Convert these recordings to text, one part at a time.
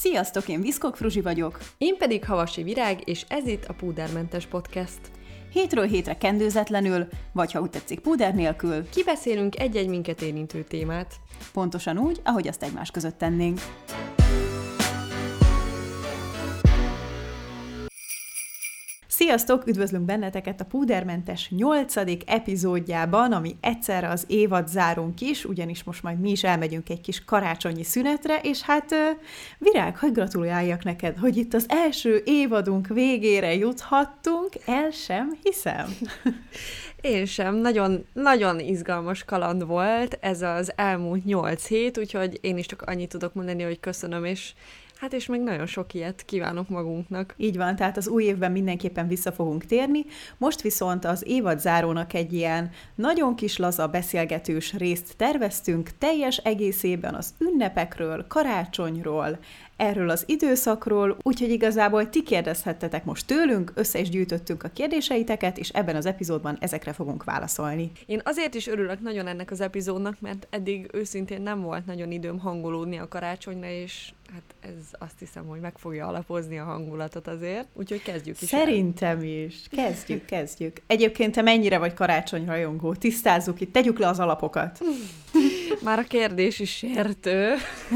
Sziasztok, én Viszkok Fruzsi vagyok. Én pedig Havasi Virág, és ez itt a Púdermentes Podcast. Hétről hétre kendőzetlenül, vagy ha úgy tetszik, púder nélkül. Kibeszélünk egy-egy minket érintő témát. Pontosan úgy, ahogy azt egymás között tennénk. Sziasztok! Üdvözlünk benneteket a Púdermentes 8. epizódjában, ami egyszerre az évad zárunk is, ugyanis most majd mi is elmegyünk egy kis karácsonyi szünetre, és hát Virág, hogy gratuláljak neked, hogy itt az első évadunk végére juthattunk, el sem hiszem. Én sem. Nagyon izgalmas kaland volt ez az elmúlt 8 hét, úgyhogy én is csak annyit tudok mondani, hogy köszönöm, és még nagyon sok ilyet kívánok magunknak. Így van, tehát az új évben mindenképpen vissza fogunk térni. Most viszont az évad zárónak egy ilyen nagyon kis laza beszélgetős részt terveztünk, teljes egészében az ünnepekről, karácsonyról, erről az időszakról, úgyhogy igazából ti kérdezhettetek most tőlünk, össze is gyűjtöttünk a kérdéseiteket, és ebben az epizódban ezekre fogunk válaszolni. Én azért is örülök nagyon ennek az epizódnak, mert eddig őszintén nem volt nagyon időm hangolódni a karácsonyra, és hát ez azt hiszem, hogy meg fogja alapozni a hangulatot azért, úgyhogy kezdjük is. Szerintem is. Kezdjük. Egyébként te mennyire vagy karácsonyrajongó? Tisztázzuk itt, tegyük le az alapokat. Már a kérdés is sértő.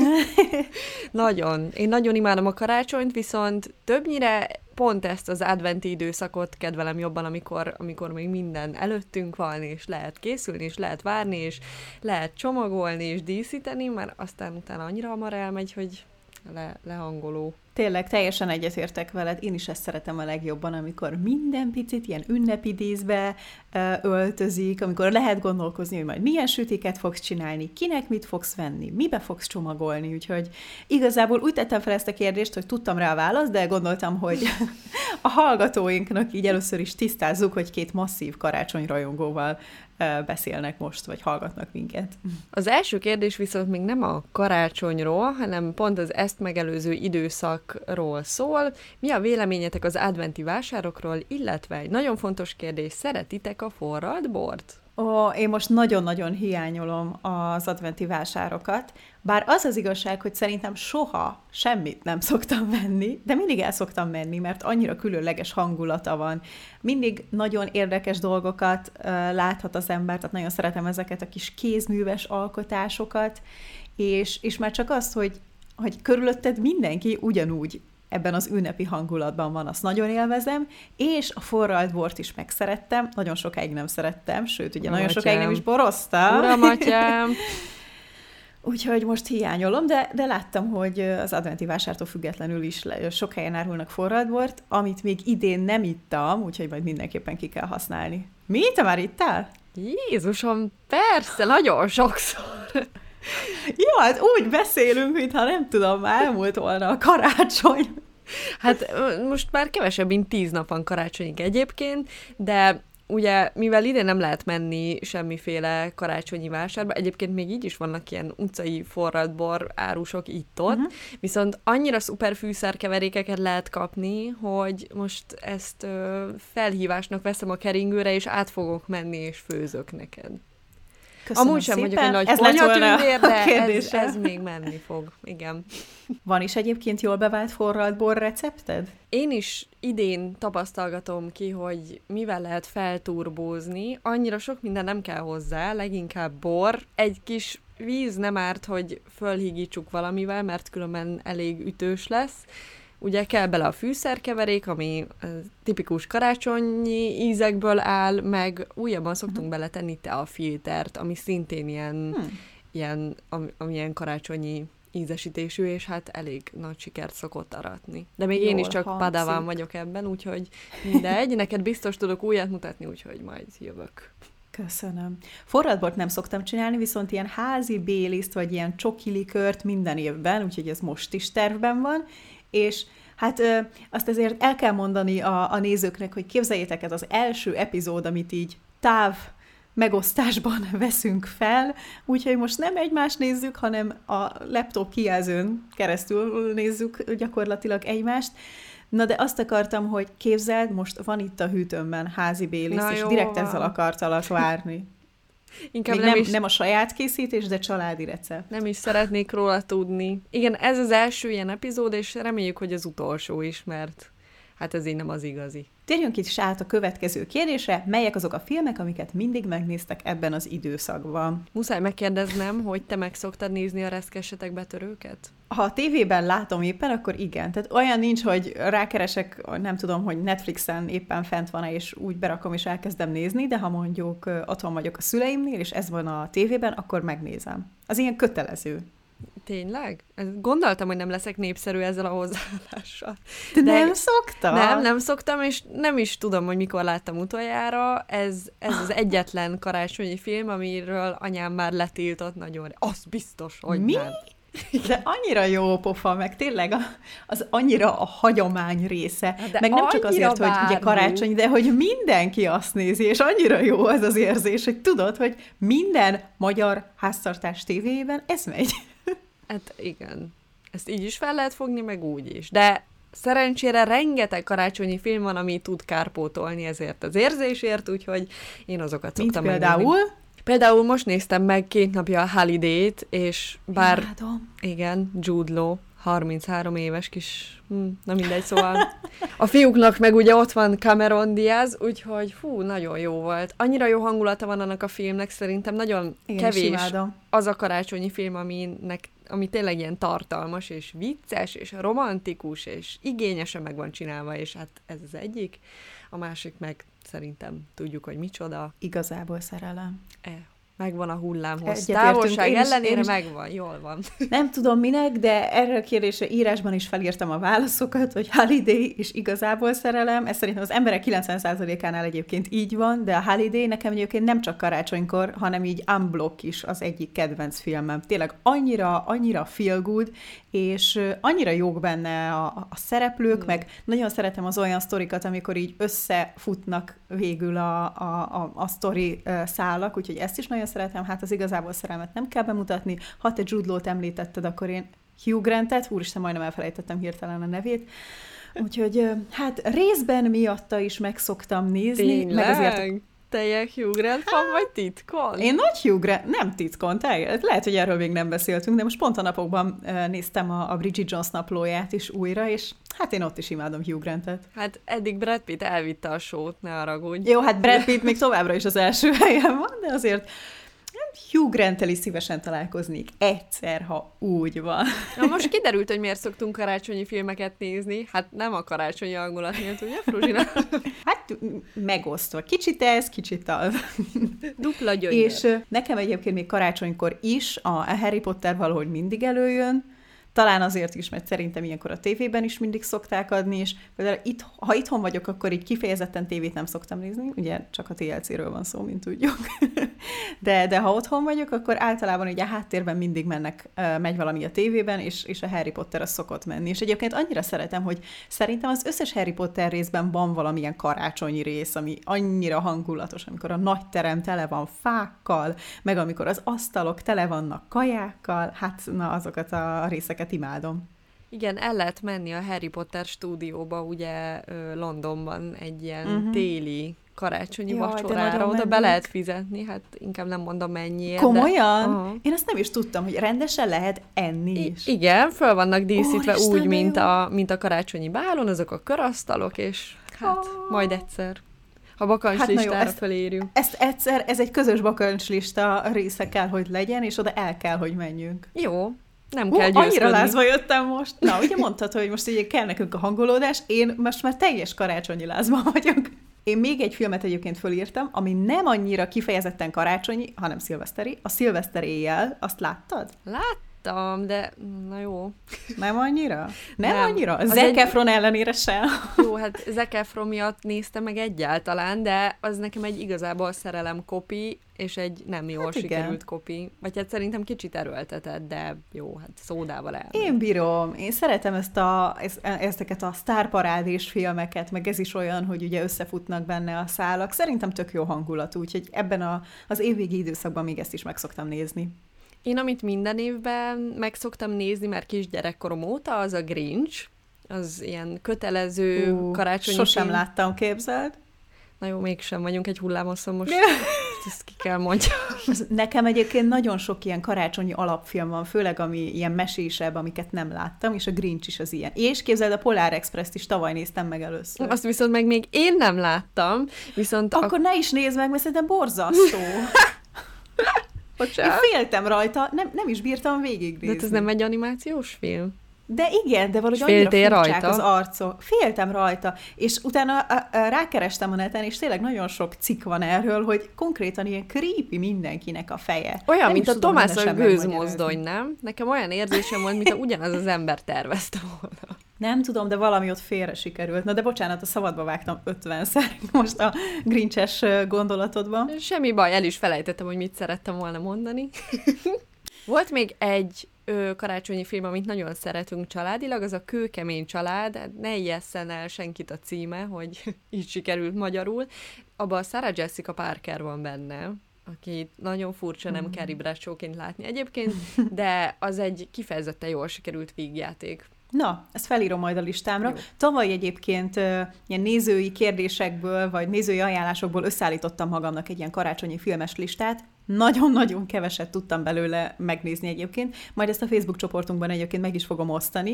Én nagyon imádom a karácsonyt, viszont többnyire pont ezt az adventi időszakot kedvelem jobban, amikor még minden előttünk van, és lehet készülni, és lehet várni, és lehet csomagolni, és díszíteni, mert aztán utána annyira hamar elmegy, hogy lehangoló. Tényleg, teljesen egyetértek veled, én is ezt szeretem a legjobban, amikor minden picit ilyen ünnepi díszbe öltözik, amikor lehet gondolkozni, hogy majd milyen sütiket fogsz csinálni, kinek mit fogsz venni, mibe fogsz csomagolni, úgyhogy igazából úgy tettem fel ezt a kérdést, hogy tudtam rá a választ, de gondoltam, hogy a hallgatóinknak így először is tisztázzuk, hogy két masszív karácsonyrajongóval beszélnek most, vagy hallgatnak minket. Az első kérdés viszont még nem a karácsonyról, hanem pont az ezt megelőző időszakról szól. Mi a véleményetek az adventi vásárokról, illetve egy nagyon fontos kérdés, szeretitek a forralt bort? Én most nagyon-nagyon hiányolom az adventi vásárokat, bár az az igazság, hogy szerintem soha semmit nem szoktam venni, de mindig el szoktam menni, mert annyira különleges hangulata van. Mindig nagyon érdekes dolgokat láthat az ember, tehát nagyon szeretem ezeket a kis kézműves alkotásokat, és már csak azt, hogy körülötted mindenki ugyanúgy ebben az ünnepi hangulatban van, azt nagyon élvezem, és a forralt bort is megszerettem, nagyon sokáig nem szerettem, sőt, ugye nagyon sokáig nem is boroztam. Uram, atyám! Úgyhogy most hiányolom, de láttam, hogy az adventi vásártól függetlenül is sok helyen árulnak forralt bort, amit még idén nem ittam, úgyhogy majd mindenképpen ki kell használni. Mi? Te már ittál? Jézusom, persze, nagyon sokszor! Jó, hát úgy beszélünk, mintha nem tudom, már elmúlt volna a karácsony. Hát most már kevesebb, mint 10 nap van karácsonyig egyébként, de ugye, mivel ide nem lehet menni semmiféle karácsonyi vásárba, egyébként még így is vannak ilyen utcai forralt bor árusok itt-ott, viszont annyira szuper fűszerkeverékeket lehet kapni, hogy most ezt felhívásnak veszem a keringőre, és át fogok menni, és főzök neked. Köszönöm amúgy sem szépen. vagyok egy nagy fonyatündér, de ez még menni fog. Igen. Van is egyébként jól bevált forralt bor recepted? Én is idén tapasztalgatom ki, hogy mivel lehet felturbózni, annyira sok minden nem kell hozzá, leginkább bor, egy kis víz nem árt, hogy fölhigítsuk valamivel, mert különben elég ütős lesz. Ugye kell bele a fűszerkeverék, ami tipikus karácsonyi ízekből áll, meg újabban szoktunk beletenni teafiltert, ami szintén ilyen karácsonyi ízesítésű, és hát elég nagy sikert szokott aratni. De még én is csak padaván vagyok ebben, úgyhogy mindegy, neked biztos tudok újat mutatni, úgyhogy majd jövök. Köszönöm. Forradbort nem szoktam csinálni, viszont ilyen házi béliszt, vagy ilyen csokilikört minden évben, úgyhogy ez most is tervben van, és hát azt ezért el kell mondani a nézőknek, hogy képzeljétek, ez az első epizód, amit így megosztásban veszünk fel, úgyhogy most nem egymást nézzük, hanem a laptop kijelzőn keresztül nézzük gyakorlatilag egymást. Na de azt akartam, hogy képzeld, most van itt a hűtőmben házi bélisz, és direkt ezzel akartalak várni. Inkább nem a saját készítés, de családi recept. Nem is szeretnék róla tudni. Igen, ez az első ilyen epizód, és reméljük, hogy az utolsó is, mert hát ez így nem az igazi. Térjünk itt is át a következő kérdésre, melyek azok a filmek, amiket mindig megnéztek ebben az időszakban. Muszáj megkérdeznem, hogy te meg szoktad nézni a Reszkessetek betörőket? Ha a tévében látom éppen, akkor igen. Tehát olyan nincs, hogy rákeresek, nem tudom, hogy Netflixen éppen fent van-e, és úgy berakom, és elkezdem nézni, de ha mondjuk otthon vagyok a szüleimnél, és ez van a tévében, akkor megnézem. Az ilyen kötelező. Tényleg? Gondoltam, hogy nem leszek népszerű ezzel a hozzáállással. De nem szoktam? Nem szoktam, és nem is tudom, hogy mikor láttam utoljára. Ez az egyetlen karácsonyi film, amiről anyám már letiltott nagyon. Az biztos, hogy mi? nem. De annyira jó pofa, meg tényleg az annyira a hagyomány része. De meg nem csak azért, hogy ugye karácsony, de hogy mindenki azt nézi, és annyira jó az az érzés, hogy tudod, hogy minden magyar háztartás tévéjében ez megy. Hát igen. Ezt így is fel lehet fogni, meg úgy is. De szerencsére rengeteg karácsonyi film van, ami tud kárpótolni ezért az érzésért, úgyhogy én azokat szoktam megnézni. Például? Például most néztem meg 2 napja a Holiday-t, és bár... Imádom. Igen, Jude Law, 33 éves kis... na mindegy, szóval... A fiúknak meg ugye ott van Cameron Diaz, úgyhogy nagyon jó volt. Annyira jó hangulata van annak a filmnek, szerintem nagyon kevés az a karácsonyi film, ami tényleg ilyen tartalmas, és vicces, és romantikus, és igényesen meg van csinálva, és hát ez az egyik. A másik meg szerintem tudjuk, hogy micsoda. Igazából szerelem. Megvan a hullámhoz. Távolság ellenére megvan, jól van. Nem tudom minek, de erre a kérdésre írásban is felírtam a válaszokat, hogy Holiday és igazából szerelem. Ez szerintem az emberek 90%-ánál egyébként így van, de a Holiday nekem egyébként nem csak karácsonykor, hanem így unblock is az egyik kedvenc filmem. Tényleg annyira feel good, és annyira jók benne a szereplők, meg nagyon szeretem az olyan sztorikat, amikor így összefutnak végül a sztori szálak, úgyhogy ezt is nagyon szeretem, hát az igazából szerelmet nem kell bemutatni. Ha te Jude Law-t említetted, akkor én Hugh Grantet, úristen, majdnem elfelejtettem hirtelen a nevét, úgyhogy hát részben miatta is meg szoktam nézni. Tényleg? Meg azért Te Hugh Grant fan vagy titkon? Én nagy Hugh Grant, nem titkon, lehet, hogy erről még nem beszéltünk, de most pont a napokban néztem a Bridget Jones naplóját is újra, és hát én ott is imádom Hugh Grantet. Hát eddig Brad Pitt elvitte a sót, ne haragudj. Jó, hát Brad Pitt még továbbra is az első helyen van, de azért Hugh Granttel is szívesen találkoznék egyszer, ha úgy van. Na most kiderült, hogy miért szoktunk karácsonyi filmeket nézni. Hát nem a karácsonyi hangulat miatt, ugye, Fruzsina? Hát megosztva. Kicsit ez, kicsit az. Dupla gyönyör. És nekem egyébként még karácsonykor is a Harry Potter valahogy mindig előjön. Talán azért is, mert szerintem ilyenkor a tévében is mindig szokták adni, és például ha itthon vagyok, akkor így kifejezetten tévét nem szoktam nézni, ugye csak a TLC-ről van szó, mint tudjuk. De ha otthon vagyok, akkor általában ugye a háttérben mindig megy valami a tévében, és a Harry Potter az szokott menni. És egyébként annyira szeretem, hogy szerintem az összes Harry Potter részben van valamilyen karácsonyi rész, ami annyira hangulatos, amikor a nagy terem tele van fákkal, meg amikor az asztalok tele vannak kajákkal, hát na azokat a részeket imádom. Igen, el lehet menni a Harry Potter stúdióba, ugye Londonban egy ilyen téli karácsonyi vacsorára, oda be lehet fizetni, hát inkább nem mondom mennyiért. Komolyan? De... Én ezt nem is tudtam, hogy rendesen lehet enni is. Igen, föl vannak díszítve úgy, mint a karácsonyi bálon, azok a körasztalok, és hát majd egyszer. Ha bakancslistára felérjünk. Ez egy közös bakancslista része kell, hogy legyen, és oda el kell, hogy menjünk. Jó. Nem kell győzködni. Annyira lázba jöttem most. Na, ugye mondtad, hogy most ugye kell nekünk a hangolódás, én most már teljes karácsonyi lázban vagyok. Én még egy filmet egyébként fölírtam, ami nem annyira kifejezetten karácsonyi, hanem szilveszteri. A Szilveszter éjjel, azt láttad? Láttam, de na jó. Nem annyira? Nem annyira? Zac Efron ellenére sem. Jó, hát Zac Efron miatt néztem meg egyáltalán, de az nekem egy igazából szerelem kopi, és egy nem jól sikerült kopi. Vagy hát szerintem kicsit erőltetett, de jó, hát szódával el. Én bírom. Én szeretem ezeket a sztárparádés filmeket, meg ez is olyan, hogy ugye összefutnak benne a szálak. Szerintem tök jó hangulatú, úgyhogy ebben az évvégi időszakban még ezt is meg szoktam nézni. Én, amit minden évben meg szoktam nézni, mert kisgyerekkorom óta, az a Grinch. Az ilyen kötelező karácsonyi sosem film. Láttam, képzeld. Na jó, mégsem vagyunk egy hullámoszon most. ezt ki kell mondjam. Nekem egyébként nagyon sok ilyen karácsonyi alapfilm van, főleg ami ilyen mesésebb, amiket nem láttam, és a Grinch is az ilyen. És képzeld, a Polar Express-t is tavaly néztem meg először. Azt viszont meg még én nem láttam, viszont... Akkor ne is nézd meg, mert szerintem borzasztó. Én féltem rajta, nem is bírtam végignézni. De ez nem egy animációs film? De igen, de valahogy annyira furcsák az arcok. Féltem rajta, és utána rákerestem a neten, és tényleg nagyon sok cikk van erről, hogy konkrétan ilyen creepy mindenkinek a feje. Olyan, nem mint a Tomás a gőzmozdony, nem? Nekem olyan érzésem volt, mintha ugyanaz az ember tervezte volna. Nem tudom, de valami ott félre sikerült. Na de bocsánat, a szabadba vágtam 50-szer most a Grinches gondolatodban. Semmi baj, el is felejtettem, hogy mit szerettem volna mondani. Volt még egy karácsonyi film, amit nagyon szeretünk családilag, az a Kőkemény család, ne ijesszen el senkit a címe, hogy így sikerült magyarul. Abban a Sarah Jessica Parker van benne, aki nagyon furcsa, nem Carrie Bradshawként látni egyébként, de az egy kifejezetten jól sikerült vígjáték. Na, ezt felírom majd a listámra. Jó. Tavaly egyébként ilyen nézői kérdésekből, vagy nézői ajánlásokból összeállítottam magamnak egy ilyen karácsonyi filmes listát. Nagyon-nagyon keveset tudtam belőle megnézni egyébként. Majd ezt a Facebook csoportunkban egyébként meg is fogom osztani,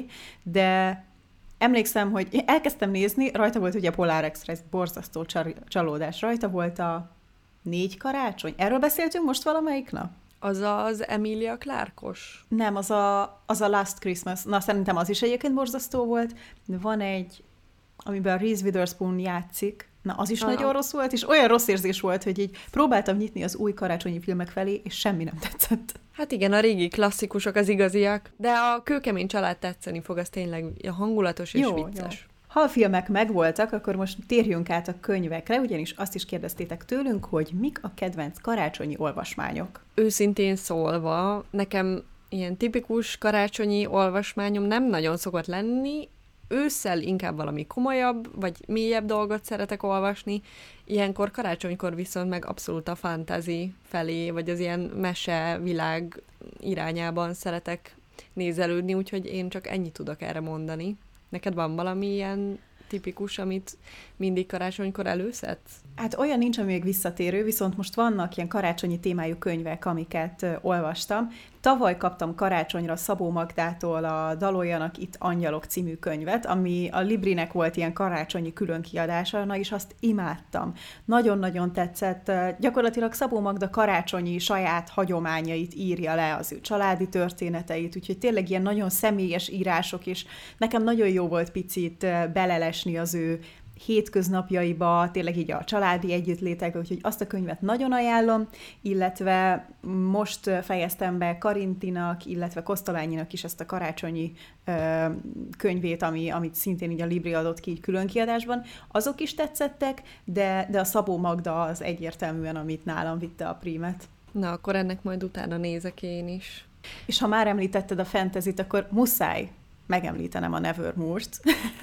de emlékszem, hogy elkezdtem nézni, rajta volt ugye a Polar Express, borzasztó csalódás. Rajta volt a 4 karácsony. Erről beszéltünk most valamelyik nap? Az az Emilia Clarke-os? Nem, az a Last Christmas. Na, szerintem az is egyébként borzasztó volt. De van egy, amiben Reese Witherspoon játszik. Na, az is nagyon rossz volt, és olyan rossz érzés volt, hogy így próbáltam nyitni az új karácsonyi filmek felé, és semmi nem tetszett. Hát igen, a régi klasszikusok az igaziak, de a Kőkemény család tetszeni fog, az tényleg hangulatos és vicces. Jó. Ha a filmek megvoltak, akkor most térjünk át a könyvekre, ugyanis azt is kérdeztétek tőlünk, hogy mik a kedvenc karácsonyi olvasmányok. Őszintén szólva, nekem ilyen tipikus karácsonyi olvasmányom nem nagyon szokott lenni, ősszel inkább valami komolyabb, vagy mélyebb dolgot szeretek olvasni, ilyenkor karácsonykor viszont meg abszolút a fantasy felé, vagy az ilyen mese világ irányában szeretek nézelődni, úgyhogy én csak ennyit tudok erre mondani. Neked van valami ilyen tipikus, amit mindig karácsonykor előszedsz? Hát olyan nincs, ami még visszatérő, viszont most vannak ilyen karácsonyi témájú könyvek, amiket olvastam. Tavaly kaptam karácsonyra Szabó Magdától a Daloljanak itt angyalok című könyvet, ami a Librinek volt ilyen karácsonyi különkiadása, na és azt imádtam. Nagyon-nagyon tetszett. Gyakorlatilag Szabó Magda karácsonyi saját hagyományait írja le, az ő családi történeteit, úgyhogy tényleg ilyen nagyon személyes írások, és nekem nagyon jó volt picit belelesni az ő hétköznapjaiba, tényleg így a családi együttlétekbe, úgyhogy azt a könyvet nagyon ajánlom, illetve most fejeztem be Karintinak, illetve Kosztolányinak is ezt a karácsonyi könyvét, amit szintén így a Libri adott ki így külön kiadásban. Azok is tetszettek, de a Szabó Magda az egyértelműen, amit nálam vitte a prímet. Na, akkor ennek majd utána nézek én is. És ha már említetted a fantasyt, akkor muszáj megemlítenem a Nevermore-t,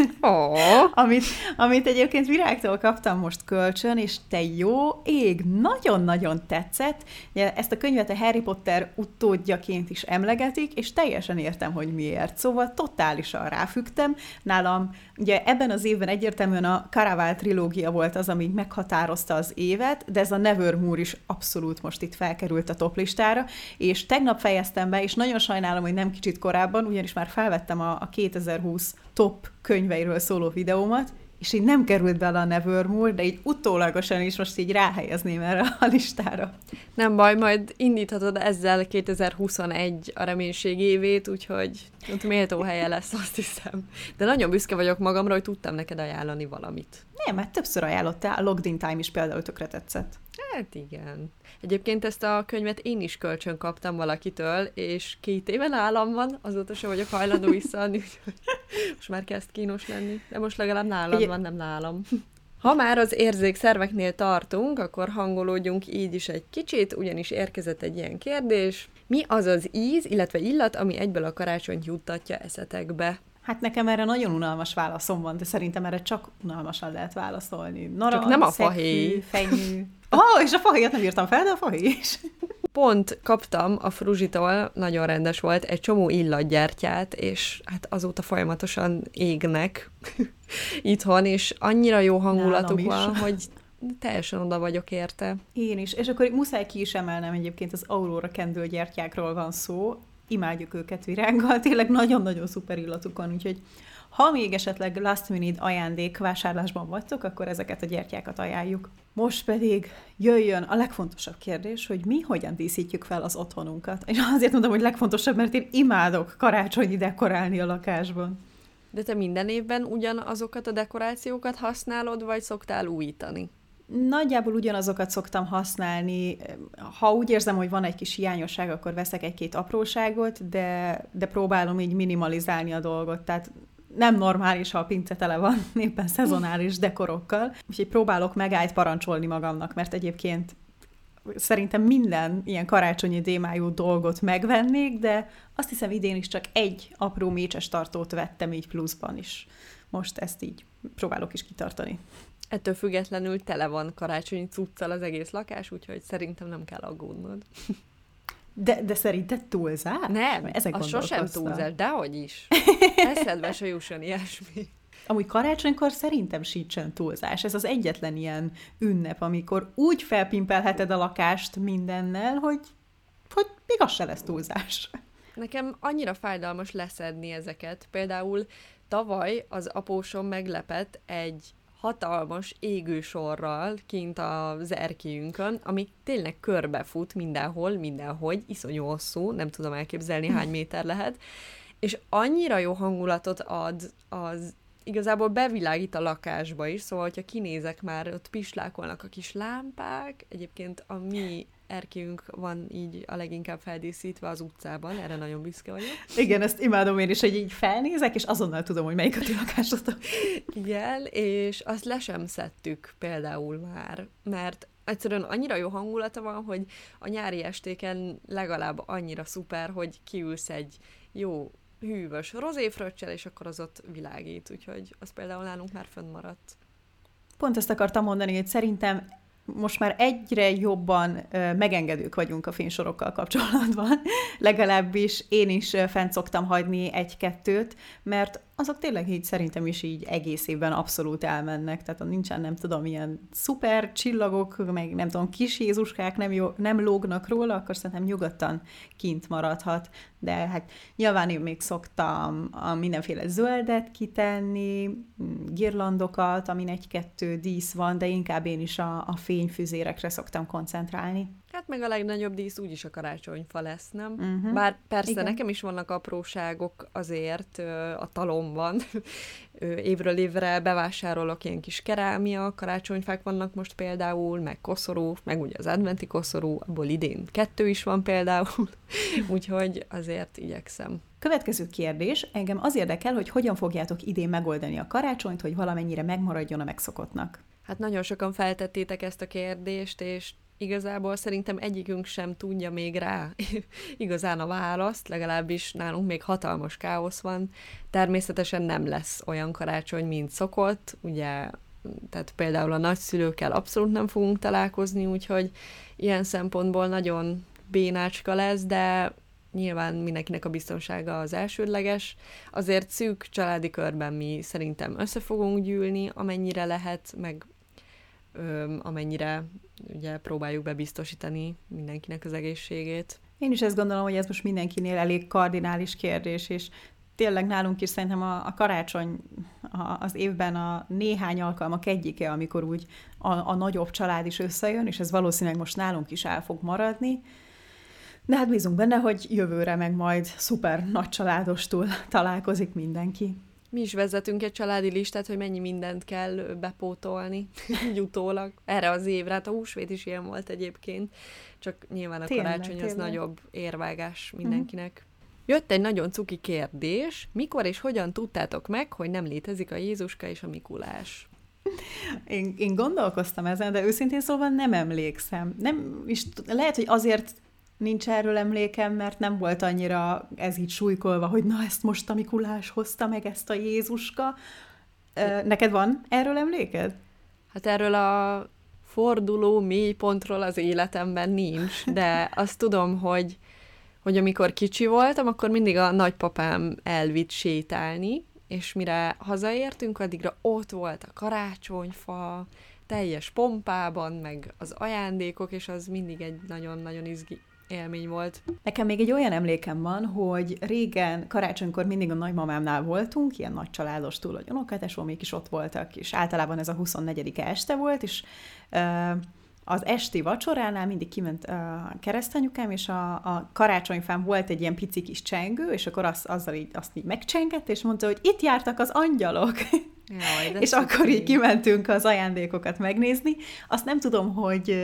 amit egyébként Virágtól kaptam most kölcsön, és te jó ég, nagyon-nagyon tetszett. Ugye, ezt a könyvet a Harry Potter utódjaként is emlegetik, és teljesen értem, hogy miért. Szóval totálisan ráfügtem. Nálam ugye ebben az évben egyértelműen a Caraval trilógia volt az, ami meghatározta az évet, de ez a Nevermore is abszolút most itt felkerült a toplistára, és tegnap fejeztem be, és nagyon sajnálom, hogy nem kicsit korábban, ugyanis már felvettem a 2020 top könyveiről szóló videómat, és így nem került bele a Nevermore, de így utólagosan is most így ráhelyezném erre a listára. Nem baj, majd indíthatod ezzel 2021 a reménység évét, úgyhogy ott méltó helye lesz, azt hiszem. De nagyon büszke vagyok magamra, hogy tudtam neked ajánlani valamit. Nem, mert többször ajánlottál, a Logged in Time is például tökre tetszett. Hát igen. Egyébként ezt a könyvet én is kölcsön kaptam valakitől, és 2 éve nálam van, azóta sem vagyok hajlandó visszaadni, úgyhogy most már kezd kínos lenni. De most legalább nálad van, nem nálam. Ha már az érzékszerveknél tartunk, akkor hangolódjunk így is egy kicsit, ugyanis érkezett egy ilyen kérdés. Mi az az íz, illetve illat, ami egyből a karácsonyt juttatja eszetekbe? Hát nekem erre nagyon unalmas válaszom van, de szerintem erre csak unalmasan lehet válaszolni. Narancs, csak nem a fahéj. Fenyő. És a fahéjat nem írtam fel, de a fahéj is. Pont kaptam a Fruzsitól, nagyon rendes volt, egy csomó illatgyertyát, és hát azóta folyamatosan égnek itthon, és annyira jó hangulatuk van, hogy teljesen oda vagyok érte. Én is. És akkor muszáj ki is emelnem, egyébként az Aurora kendőgyertyákról van szó. Imádjuk őket virággal, tényleg nagyon-nagyon szuper illatukon, úgyhogy ha még esetleg last minute ajándék vásárlásban vagytok, akkor ezeket a gyertyákat ajánljuk. Most pedig jöjjön a legfontosabb kérdés, hogy mi hogyan díszítjük fel az otthonunkat. És azért mondom, hogy legfontosabb, mert én imádok karácsonyi dekorálni a lakásban. De te minden évben ugyanazokat a dekorációkat használod, vagy szoktál újítani? Nagyjából ugyanazokat szoktam használni. Ha úgy érzem, hogy van egy kis hiányosság, akkor veszek egy-két apróságot, de próbálom így minimalizálni a dolgot. Tehát nem normális, ha a pince tele van éppen szezonális dekorokkal. Úgyhogy próbálok megállt parancsolni magamnak, mert egyébként szerintem minden ilyen karácsonyi témájú dolgot megvennék, de azt hiszem idén is csak egy apró mécses tartót vettem így pluszban is. Most ezt így próbálok is kitartani. Ettől függetlenül tele van karácsonyi cuccal az egész lakás, úgyhogy szerintem nem kell aggódnod. De szerinted túlzás? Nem, az sosem túlzás, dehogy is. Eszedbe se jusson ilyesmi. Amúgy karácsonykor szerintem sincsen túlzás. Ez az egyetlen ilyen ünnep, amikor úgy felpimpelheted a lakást mindennel, hogy még az se lesz túlzás. Nekem annyira fájdalmas leszedni ezeket. Például tavaly az apósom meglepett egy hatalmas égősorral kint az erkélyünkön, ami tényleg körbefut mindenhol, mindenhogy, iszonyú hosszú, nem tudom elképzelni, hány méter lehet, és annyira jó hangulatot ad, az igazából bevilágít a lakásba is, szóval, hogyha kinézek már, ott pislákolnak a kis lámpák, egyébként a mi erkélyünk van így a leginkább feldíszítve az utcában, erre nagyon büszke vagyok. Igen, ezt imádom én is, hogy így felnézek, és azonnal tudom, hogy melyik a ti lakásotok. Igen, és azt le sem szedtük például már, mert egyszerűen annyira jó hangulata van, hogy a nyári estéken legalább annyira szuper, hogy kiülsz egy jó hűvös rozéfröccsel, és akkor az ott világít, úgyhogy az például nálunk már fönnmaradt. Pont ezt akartam mondani, hogy szerintem most már egyre jobban megengedők vagyunk a fénysorokkal kapcsolatban. Legalábbis én is fent szoktam hagyni egy-kettőt, mert azok tényleg így szerintem is így egész évben abszolút elmennek. Tehát ha nincsen, nem tudom, ilyen szuper csillagok, meg nem tudom, kis Jézuskák nem lógnak róla, akkor szerintem nyugodtan kint maradhat. De hát nyilván én még szoktam a mindenféle zöldet kitenni, girlandokat, amin egy-kettő dísz van, de inkább én is a fényfüzérekre szoktam koncentrálni. Hát meg a legnagyobb dísz úgyis a karácsonyfa lesz, nem? Uh-huh. Bár persze igen. Nekem is vannak apróságok azért a talomban. Évről évre bevásárolok ilyen kis kerámia, karácsonyfák vannak most például, meg koszorú, meg ugye az adventi koszorú, abból idén 2 is van például, úgyhogy azért igyekszem. Következő kérdés, engem az érdekel, hogy hogyan fogjátok idén megoldani a karácsonyt, hogy valamennyire megmaradjon a megszokottnak. Hát nagyon sokan feltettétek ezt a kérdést, és igazából szerintem egyikünk sem tudja még rá igazán a választ, legalábbis nálunk még hatalmas káosz van. Természetesen nem lesz olyan karácsony, mint szokott, ugye, tehát például a nagyszülőkkel abszolút nem fogunk találkozni, úgyhogy ilyen szempontból nagyon bénácska lesz, de nyilván mindenkinek a biztonsága az elsődleges. Azért szűk családi körben mi szerintem össze fogunk gyűlni, amennyire lehet, meg amennyire ugye próbáljuk bebiztosítani mindenkinek az egészségét. Én is ezt gondolom, hogy ez most mindenkinél elég kardinális kérdés, és tényleg nálunk is szerintem a karácsony az évben a néhány alkalmak egyike, amikor úgy a nagyobb család is összejön, és ez valószínűleg most nálunk is el fog maradni. De hát bízunk benne, hogy jövőre meg majd szuper nagy családostul találkozik mindenki. Mi is vezetünk egy családi listát, hogy mennyi mindent kell bepótolni utólag erre az évre. Hát a húsvét is ilyen volt egyébként, csak nyilván a karácsony az nagyobb érvágás mindenkinek. Jött egy nagyon cuki kérdés, mikor és hogyan tudtátok meg, hogy nem létezik a Jézuska és a Mikulás? Én gondolkoztam ezen, de őszintén szóval nem emlékszem. Lehet, hogy azért nincs erről emlékem, mert nem volt annyira ez így súlykolva, hogy na, ezt most a Mikulás hozta meg, ezt a Jézuska. Neked van erről emléked? Hát erről a forduló mélypontról az életemben nincs, de azt tudom, hogy amikor kicsi voltam, akkor mindig a nagypapám elvitt sétálni, és mire hazaértünk, addigra ott volt a karácsonyfa, teljes pompában, meg az ajándékok, és az mindig egy nagyon-nagyon izgi élmény volt. Nekem még egy olyan emlékem van, hogy régen karácsonykor mindig a nagymamámnál voltunk, ilyen nagy családos túl, hogy unokatesómék is ott voltak, és általában ez a 24-e este volt, és az esti vacsoránál mindig kiment a keresztanyukám, és a karácsonyfán volt egy ilyen pici kis csengő, és akkor azt így megcsengett, és mondta, hogy itt jártak az angyalok. Jaj, és akkor így kimentünk az ajándékokat megnézni. Azt nem tudom,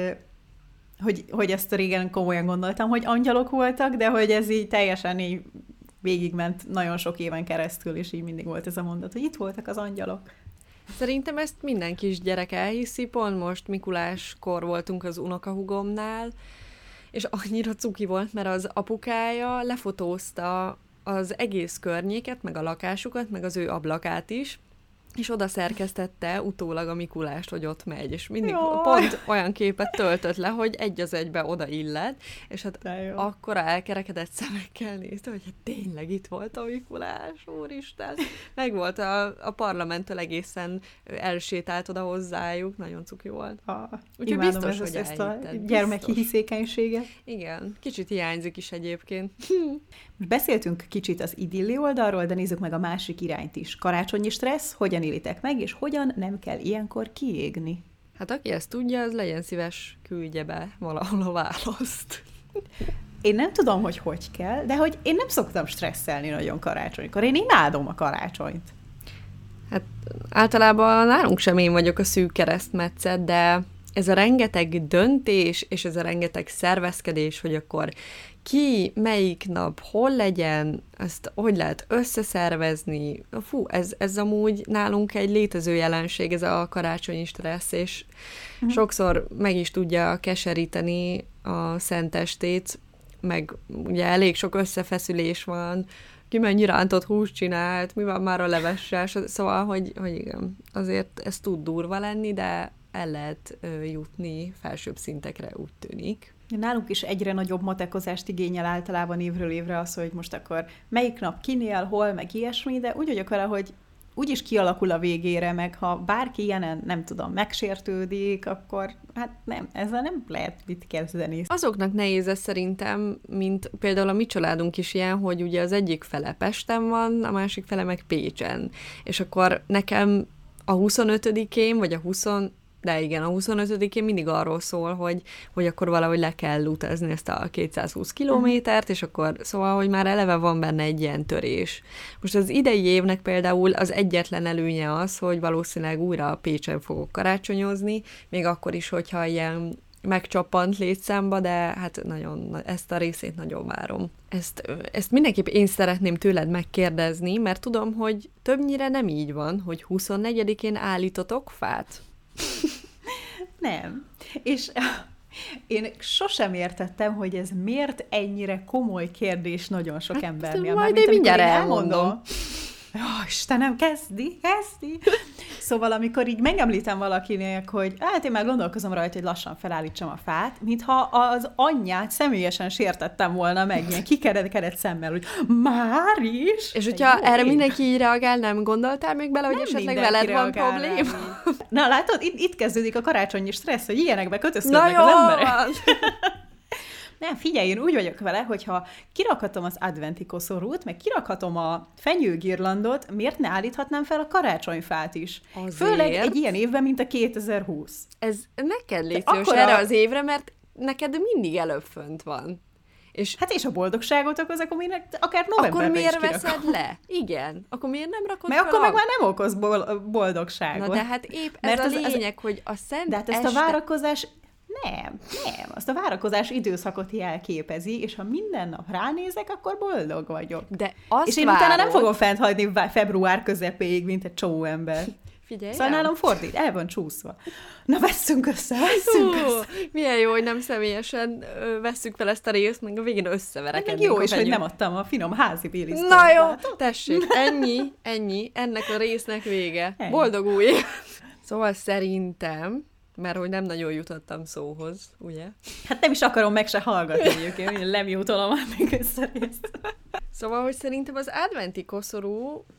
hogy ezt régen komolyan gondoltam, hogy angyalok voltak, de hogy ez így teljesen így végigment nagyon sok éven keresztül, és így mindig volt ez a mondat, hogy itt voltak az angyalok. Szerintem ezt minden kisgyerek elhiszi, pont most Mikuláskor voltunk az unokahúgomnál, és annyira cuki volt, mert az apukája lefotózta az egész környéket, meg a lakásukat, meg az ő ablakát is, és oda szerkesztette utólag a Mikulást, hogy ott megy, és mindig pont olyan képet töltött le, hogy egy az egybe oda illet, és hát akkora elkerekedett szemekkel nézte, hogy hát tényleg itt volt a Mikulás, úristen. Meg volt a parlamenttől egészen elsétált oda hozzájuk, nagyon cuki volt. Úgyhogy biztos, hogy ezt a gyermeki hiszékenységet. Igen, kicsit hiányzik is egyébként. Most beszéltünk kicsit az idilli oldalról, de nézzük meg a másik irányt is. Karácsonyi stressz, hogyan élitek meg, és hogyan nem kell ilyenkor kiégni? Hát aki ezt tudja, az legyen szíves, küldje be valahol a választ. Én nem tudom, hogy kell, de hogy én nem szoktam stresszelni nagyon karácsonykor. Én imádom a karácsonyt. Hát általában nálunk sem én vagyok a szűk keresztmetszet, de ez a rengeteg döntés, és ez a rengeteg szervezkedés, hogy akkor ki, melyik nap, hol legyen, ezt hogy lehet összeszervezni. Fú, ez amúgy nálunk egy létező jelenség, ez a karácsonyi stressz, és sokszor meg is tudja keseríteni a szentestét, meg ugye elég sok összefeszülés van, ki mennyi rántott húst csinált, mi van már a levessel, szóval, hogy igen, azért ez tud durva lenni, de el lehet jutni felsőbb szintekre, úgy tűnik. Nálunk is egyre nagyobb matekozást igényel általában évről évre az, hogy most akkor melyik nap kinél, hol, meg ilyesmi, de úgy vagyok vele, hogy úgyis kialakul a végére, meg ha bárki ilyenen, nem tudom, megsértődik, akkor hát nem, ezzel nem lehet mit kezdeni. Azoknak nehéz ez szerintem, mint például a mi családunk is ilyen, hogy ugye az egyik fele Pesten van, a másik fele meg Pécsen. És akkor nekem a 25-én, vagy a 25-én mindig arról szól, hogy akkor valahogy le kell utazni ezt a 220 kilométert, és akkor szóval, hogy már eleve van benne egy ilyen törés. Most az idei évnek például az egyetlen előnye az, hogy valószínűleg újra Pécsen fogok karácsonyozni, még akkor is, hogyha ilyen megcsappant létszámba, de hát nagyon, ezt a részét nagyon várom. Ezt mindenképp én szeretném tőled megkérdezni, mert tudom, hogy többnyire nem így van, hogy 24-én állítotok fát. Nem. És én sosem értettem, hogy ez miért ennyire komoly kérdés nagyon sok embernél. Majd én mindjárt elmondom. Istenem, kezdi. Szóval amikor így megemlítem valakinek, hogy hát én már gondolkozom rajta, hogy lassan felállítsam a fát, mintha az anyját személyesen sértettem volna meg, ilyen kikerekedett szemmel, hogy már is? És hogyha erre mindenki így reagál, nem gondoltál még bele, hogy nem esetleg veled van probléma? Na látod, itt kezdődik a karácsonyi stressz, hogy ilyenekbe kötözködnek az emberek. Nem, figyelj, én úgy vagyok vele, hogyha kirakhatom az adventi koszorút, meg kirakhatom a fenyőgirlandot, miért ne állíthatnám fel a karácsonyfát is? Azért? Főleg egy ilyen évben, mint a 2020. Ez neked légy szíves erre az évre, mert neked mindig előbb fönt van. És a boldogságot okoz, akkor miért akár novemberben akkor miért is veszed le? Igen. Akkor miért nem rakod mert fel? Akkor meg már nem okoz boldogságot. Na de hát épp ez a lényeg, hogy a szent de hát ezt a várakozás... Nem. Azt a várakozás időszakot jelképezi, és ha minden nap ránézek, akkor boldog vagyok. De azt és én utána nem fogom fent hagyni február közepéig, mint egy csomó ember. Figyelj. Szóval nálam fordít, el van csúszva. Na, vesszünk össze. Milyen jó, hogy nem személyesen vesszük fel ezt a részt, meg a végén összeverekedünk. Jó is, hogy nem adtam a finom házi bélisztőt. Na jó, tessék, ennyi, ennek a résznek vége. Ennyi. Boldog új év! Szóval szerintem, mert hogy nem nagyon jutottam szóhoz, ugye? Hát nem is akarom meg se hallgatni egyébként, én lemjutolom addig össze részt. Szóval, hogy szerintem az adventi koszorú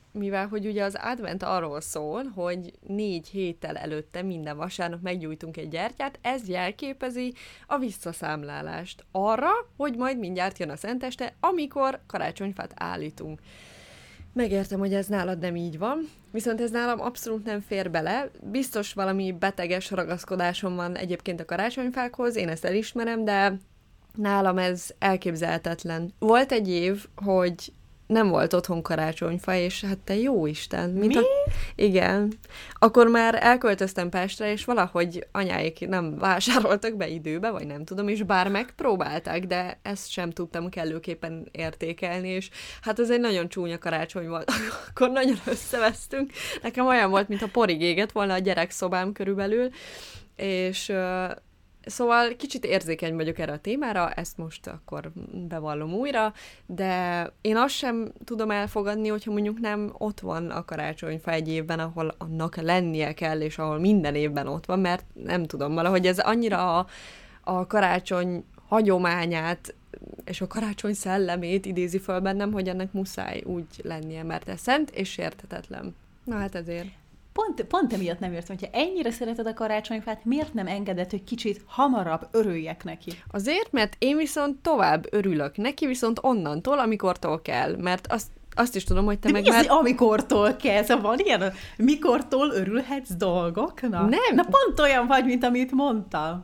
mivel hogy ugye az advent arról szól, hogy 4 héttel előtte minden vasárnap meggyújtunk egy gyertyát, ez jelképezi a visszaszámlálást arra, hogy majd mindjárt jön a szenteste, amikor karácsonyfát állítunk. Megértem, hogy ez nálad nem így van, viszont ez nálam abszolút nem fér bele. Biztos valami beteges ragaszkodásom van egyébként a karácsonyfákhoz, én ezt elismerem, de nálam ez elképzelhetetlen. Volt egy év, hogy nem volt otthon karácsonyfa, és hát te jó Isten. Mi? Igen. Akkor már elköltöztem Pestre, és valahogy anyáik nem vásároltak be időbe, vagy nem tudom, és bár megpróbálták, de ezt sem tudtam kellőképpen értékelni, és hát ez egy nagyon csúnya karácsony volt. Akkor nagyon összevesztünk. Nekem olyan volt, mintha porig égett volna a gyerekszobám körülbelül, és... Szóval kicsit érzékeny vagyok erre a témára, ezt most akkor bevallom újra, de én azt sem tudom elfogadni, hogyha mondjuk nem ott van a karácsonyfa egy évben, ahol annak lennie kell, és ahol minden évben ott van, mert nem tudom, valahogy ez annyira a karácsony hagyományát és a karácsony szellemét idézi föl bennem, hogy ennek muszáj úgy lennie, mert ez szent és sérthetetlen. Na hát ezért. Pont emiatt nem értem, hogyha ennyire szereted a karácsonyfát, miért nem engeded, hogy kicsit hamarabb örüljek neki? Azért, mert én viszont tovább örülök neki, viszont onnantól, amikortól kell, mert azt is tudom, hogy te de meg mi már... az, amikortól kell? Szóval van ilyen, mikortól örülhetsz dolgoknak? Nem. Na pont olyan vagy, mint amit mondtam.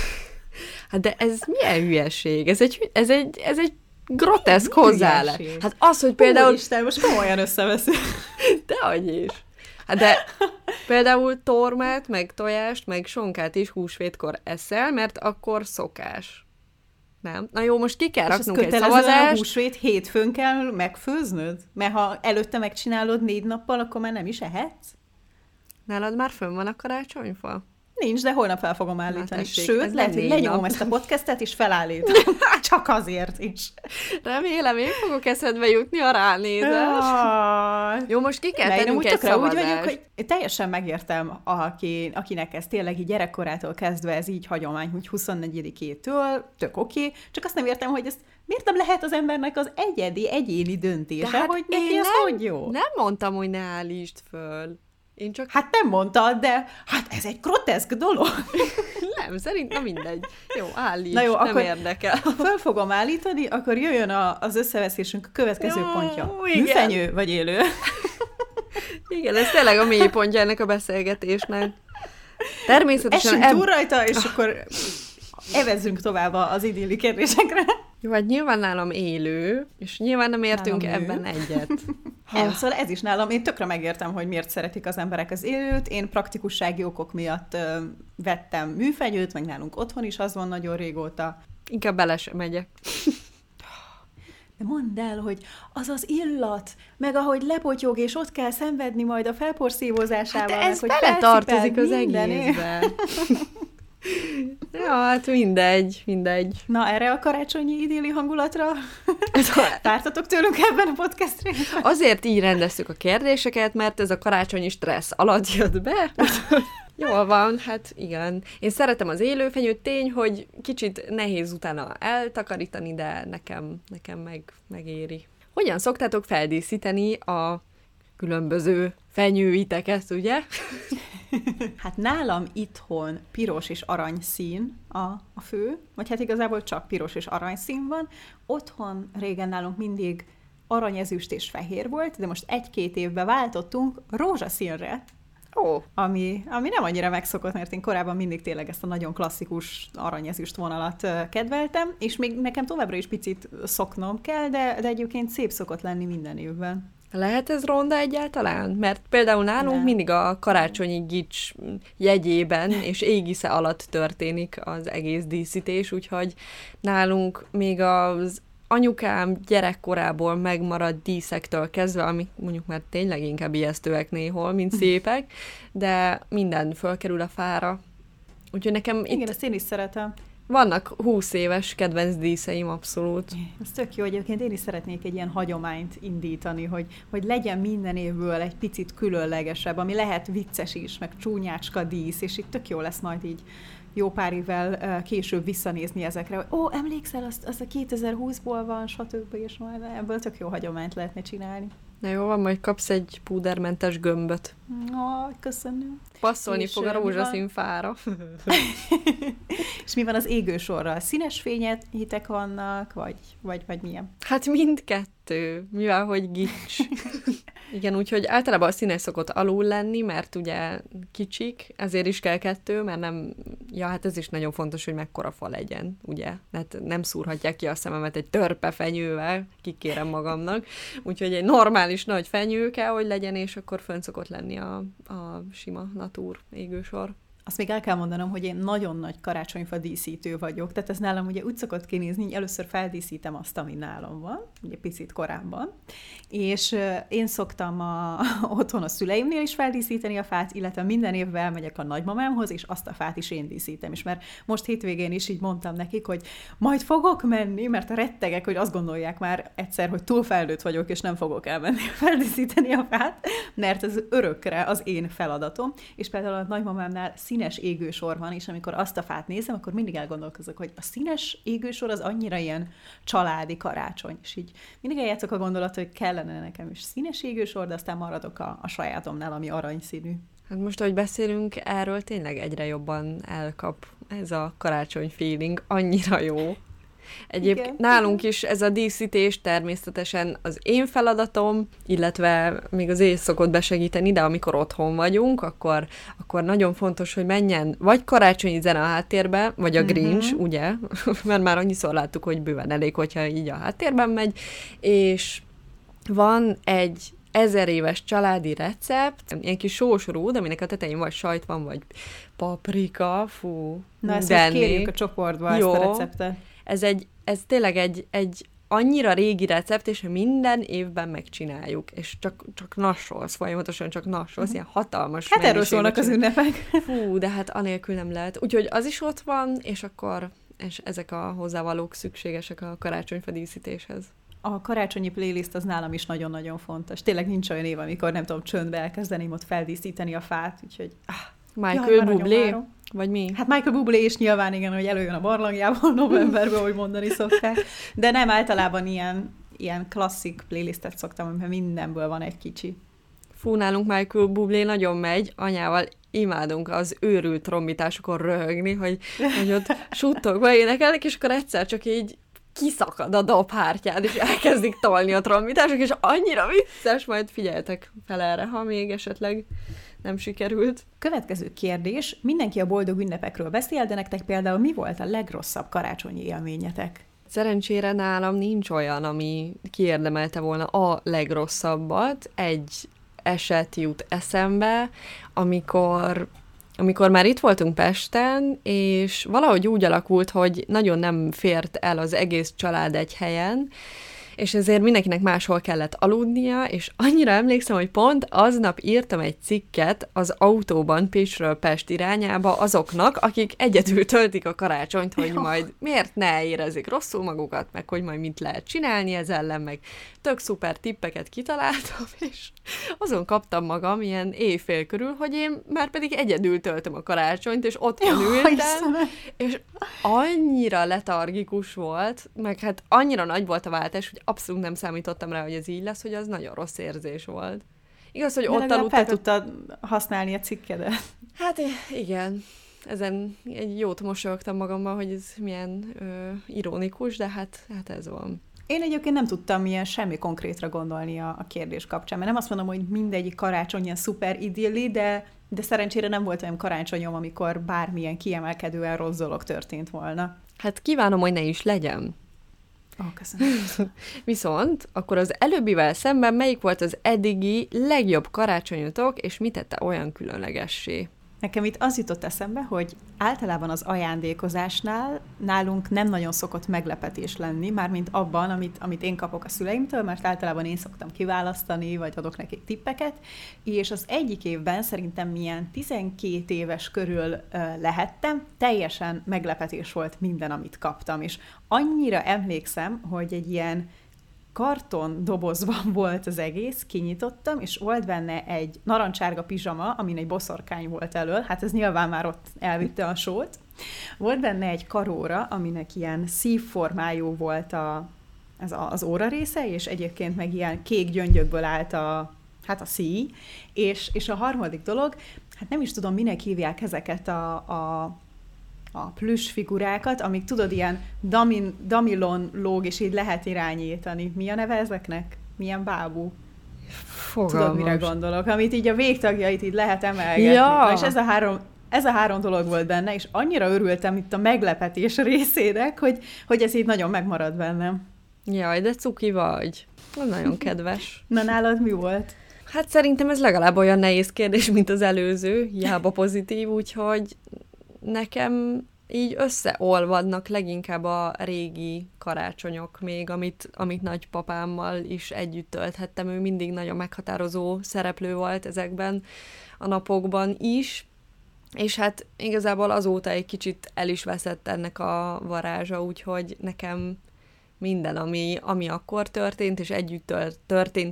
Hát de ez milyen hülyeség? Ez egy groteszk hozzáállás. Hát az, hogy például... Isten, most komolyan összeveszünk. Dehogy is. Hát de például tormát, meg tojást, meg sonkát is húsvétkor eszel, mert akkor szokás. Nem? Na jó, most ki kell raknunk egy szavazást. A húsvét hétfőn kell megfőznöd? Mert ha előtte megcsinálod 4 nappal, akkor már nem is ehetsz? Nálad már fönn van a karácsonyfa? Nincs, de holnap fel fogom állítani. Tessék, sőt, lehet, hogy lenyomom ezt a podcastet, és felállítom. Csak azért is. Remélem, én fogok eszedbe jutni, a ránézés. Jó, most ki kell tennünk egy szavazást. Úgy vagyok, hogy én teljesen megértem, akinek ez tényleg így gyerekkorától kezdve ez így hagyomány, hogy 24-től, tök oké, csak azt nem értem, hogy ezt miért nem lehet az embernek az egyéni döntése, hogy neki ez hogy jó? Nem mondtam, hogy ne állítsd föl. Én csak... Hát nem mondtad, de hát ez egy groteszk dolog. Nem, szerintem mindegy. Jó, állíts, na jó, nem akkor érdekel. Föl fogom állítani, akkor jöjjön az összeveszésünk a következő pontja. Igen. Műfenyő vagy élő? Igen, ez tényleg a mélypontja ennek a beszélgetésnek. Természetesen... Essünk túl rajta, és akkor evezzünk tovább az idilli kérdésekre. Jó, hát nyilván nálam élő, és nyilván nem értünk ebben egyet. Nem, szóval ez is nálam. Én tökre megértem, hogy miért szeretik az emberek az élőt. Én praktikussági okok miatt vettem műfenyőt, meg nálunk otthon is az van nagyon régóta. Inkább bele sem megyek. De mondd el, hogy az az illat, meg ahogy lepotyog, és ott kell szenvedni majd a felporszívózásával. Hát ez meg, bele tartozik az minden egészbe. Ja, hát mindegy. Na, erre a karácsonyi idilli hangulatra vártatok tőlünk ebben a podcastre? Azért így rendeztük a kérdéseket, mert ez a karácsonyi stressz alatt jött be. Jól van, hát igen. Én szeretem az élőfenyőt, tény, hogy kicsit nehéz utána eltakarítani, de nekem megéri. Hogyan szoktátok feldíszíteni a különböző fenyőiteket, ugye? Hát nálam itthon piros és arany szín a fő, vagy hát igazából csak piros és arany szín van. Otthon régen nálunk mindig aranyezüst és fehér volt, de most 1-2 évben váltottunk rózsaszínre, ami nem annyira megszokott, mert én korábban mindig tényleg ezt a nagyon klasszikus aranyezüst vonalat kedveltem, és még nekem továbbra is picit szoknom kell, de egyébként szép szokott lenni minden évben. Lehet ez ronda egyáltalán? Mert például nálunk mindig a karácsonyi gics jegyében és égisze alatt történik az egész díszítés, úgyhogy nálunk még az anyukám gyerekkorából megmaradt díszektől kezdve, amik mondjuk már tényleg inkább ijesztőek néhol, mint szépek, de minden fölkerül a fára. Úgyhogy nekem igen, ezt én is szeretem. Vannak 20 éves kedvenc díszeim, abszolút. Ez tök jó, egyébként én is szeretnék egy ilyen hagyományt indítani, hogy legyen minden évből egy picit különlegesebb, ami lehet vicces is, meg csúnyácska dísz, és itt tök jó lesz majd így jó pár évvel később visszanézni ezekre, hogy emlékszel, azt a 2020-ból van, stb. És majd ebből tök jó hagyományt lehetne csinálni. Na jó, van, majd kapsz egy púdermentes gömböt. Köszönöm. Passzolni fog a rózsaszín fára. És mi van az égősorral? Színes fényhitek vannak, vagy milyen? Hát mindkettő, mivel hogy gics. Igen, úgyhogy általában a színes szokott alul lenni, mert ugye kicsik, ezért is kell 2, mert nem... Ja, hát ez is nagyon fontos, hogy mekkora fa legyen, ugye? Hát nem szúrhatják ki a szememet egy törpe fenyővel, kikérem magamnak. Úgyhogy egy normális nagy fenyő kell, hogy legyen, és akkor fönn szokott lenni a sima natúr égősor. Azt még el kell mondanom, hogy én nagyon nagy karácsonyfa díszítő vagyok, tehát ez nálam ugye úgy szokott kinézni, hogy először feldíszítem azt, ami nálam van, ugye picit korábban, és én szoktam otthon a szüleimnél is feldíszíteni a fát, illetve minden évben elmegyek a nagymamámhoz, és azt a fát is én díszítem. És mert most hétvégén is így mondtam nekik, hogy majd fogok menni, mert rettegek, hogy azt gondolják már egyszer, hogy túl felnőtt vagyok, és nem fogok elmenni feldíszíteni a fát, mert ez örökre az én feladatom, és például a nagymamámnál színes égősor van, és amikor azt a fát nézem, akkor mindig elgondolkozok, hogy a színes égősor az annyira ilyen családi karácsony, és így mindig eljátszok a gondolat, hogy kellene nekem is színes égősor, de aztán maradok a sajátomnál, ami aranyszínű. Hát most, ahogy beszélünk erről, tényleg egyre jobban elkap ez a karácsony feeling, annyira jó. Egyébként nálunk is ez a díszítés természetesen az én feladatom, illetve még az ész szokott besegíteni, de amikor otthon vagyunk, akkor nagyon fontos, hogy menjen vagy karácsonyi zene a háttérbe, vagy a Grinch, ugye? Mert már annyiszor láttuk, hogy bőven elég, hogyha így a háttérben megy, és van egy 1000 éves családi recept, ilyen kis sós rúd, aminek a tetején vagy sajt van, vagy paprika, fú. Na ezt most kérjük a csoportba, ezt a receptet. Ez tényleg egy annyira régi recept, és minden évben megcsináljuk, és csak nassolsz, folyamatosan csak nassolsz, ilyen hatalmas hát erről szólnak az ünnepek. Fú, de hát anélkül nem lehet. Úgyhogy az is ott van, és ezek a hozzávalók szükségesek a karácsonyfa díszítéshez. A karácsonyi playlist az nálam is nagyon-nagyon fontos. Tényleg nincs olyan év, amikor nem tudom, csöndbe elkezdeném ott feldíszíteni a fát, úgyhogy... Michael Bublé? Vagy mi? Hát Michael Bublé is nyilván igen, hogy előjön a barlangjával novemberben, ahogy mondani szokták. De nem, általában ilyen klasszik playlistet szoktam, amiben mindenből van egy kicsi. Fú, nálunk Michael Bublé nagyon megy, anyával imádunk az őrült trombitásokon röhögni, hogy ott suttogva énekelnek, és akkor egyszer csak így kiszakad a dobhártyád, és elkezdik tolni a trombitások, és annyira vicces, majd figyeljetek fel erre, ha még esetleg nem sikerült. Következő kérdés. Mindenki a boldog ünnepekről beszél, de nektek például mi volt a legrosszabb karácsonyi élményetek? Szerencsére nálam nincs olyan, ami kiérdemelte volna a legrosszabbat. Egy eset jut eszembe, amikor már itt voltunk Pesten, és valahogy úgy alakult, hogy nagyon nem fért el az egész család egy helyen, és ezért mindenkinek máshol kellett aludnia, és annyira emlékszem, hogy pont aznap írtam egy cikket az autóban Pécsről Pest irányába azoknak, akik egyedül töltik a karácsonyt, hogy majd miért ne érezzék rosszul magukat, meg hogy majd mit lehet csinálni ez ellen, meg tök szuper tippeket kitaláltam, és azon kaptam magam ilyen éjfél körül, hogy én már pedig egyedül töltöm a karácsonyt, és otthon ültem, és annyira letargikus volt, meg hát annyira nagy volt a váltás, hogy abszolút nem számítottam rá, hogy ez így lesz, hogy az nagyon rossz érzés volt. Igaz, hogy ott aludtak... fel tudtad használni a cikkedet. Hát igen, ezen egy jót mosolyogtam magammal, hogy ez milyen ironikus, de hát ez van. Én egyébként nem tudtam ilyen semmi konkrétra gondolni a kérdés kapcsán, mert nem azt mondom, hogy mindegyik karácsony ilyen szuper idilli, de szerencsére nem volt olyan karácsonyom, amikor bármilyen kiemelkedően rossz dolog történt volna. Hát kívánom, hogy ne is legyen. Köszönöm. Viszont akkor az előbbivel szemben melyik volt az eddigi legjobb karácsonyotok, és mit tette olyan különlegessé? Nekem itt az jutott eszembe, hogy általában az ajándékozásnál nálunk nem nagyon szokott meglepetés lenni, mármint abban, amit én kapok a szüleimtől, mert általában én szoktam kiválasztani, vagy adok nekik tippeket, és az egyik évben szerintem milyen 12 éves körül lehettem, teljesen meglepetés volt minden, amit kaptam, és annyira emlékszem, hogy egy ilyen karton dobozban volt az egész, kinyitottam, és volt benne egy narancsárga pizsama, amin egy boszorkány volt elől, hát ez nyilván már ott elvitte a sót, Volt benne egy karóra, aminek ilyen szívformájú volt az óra része, és egyébként meg ilyen kék gyöngyökből állt a szíj, és a harmadik dolog, hát nem is tudom, minek hívják ezeket a plüss figurákat, amik tudod, ilyen damilon lóg, és így lehet irányítani. Mi a neve ezeknek? Milyen bábú? Fogalmas. Tudod, mire gondolok? Amit így a végtagjait így lehet emelgetni. Ja. És ez a három dolog volt benne, és annyira örültem itt a meglepetés részének, hogy ez így nagyon megmarad bennem. Jaj, de cuki vagy. Nagyon kedves. Na, nálad mi volt? Hát szerintem ez legalább olyan nehéz kérdés, mint az előző, hiába pozitív, úgyhogy nekem így összeolvadnak leginkább a régi karácsonyok még, amit nagypapámmal is együtt tölthettem. Ő mindig nagyon meghatározó szereplő volt ezekben a napokban is, és hát igazából azóta egy kicsit el is veszett ennek a varázsa, úgyhogy nekem minden, ami akkor történt, és együtt történt,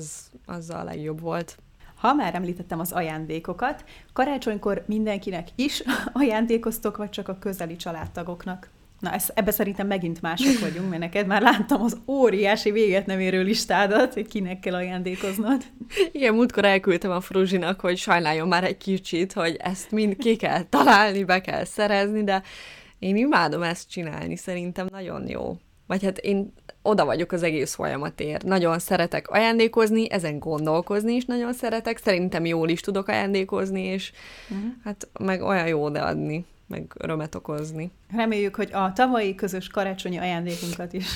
az a legjobb volt. Ha már említettem az ajándékokat, karácsonykor mindenkinek is ajándékoztok, vagy csak a közeli családtagoknak? Na, ebbe szerintem megint mások vagyunk, mert neked már láttam az óriási véget nem érő listádat, hogy kinek kell ajándékoznod. Igen, múltkor elküldtem a Fruzsinak, hogy sajnáljon már egy kicsit, hogy ezt mind ki kell találni, be kell szerezni, de én imádom ezt csinálni, szerintem nagyon jó. Vagy hát én oda vagyok az egész folyamatért. Nagyon szeretek ajándékozni, ezen gondolkozni is nagyon szeretek, szerintem jól is tudok ajándékozni, és hát meg olyan jó odaadni, meg örömet okozni. Reméljük, hogy a tavalyi közös karácsonyi ajándékunkat is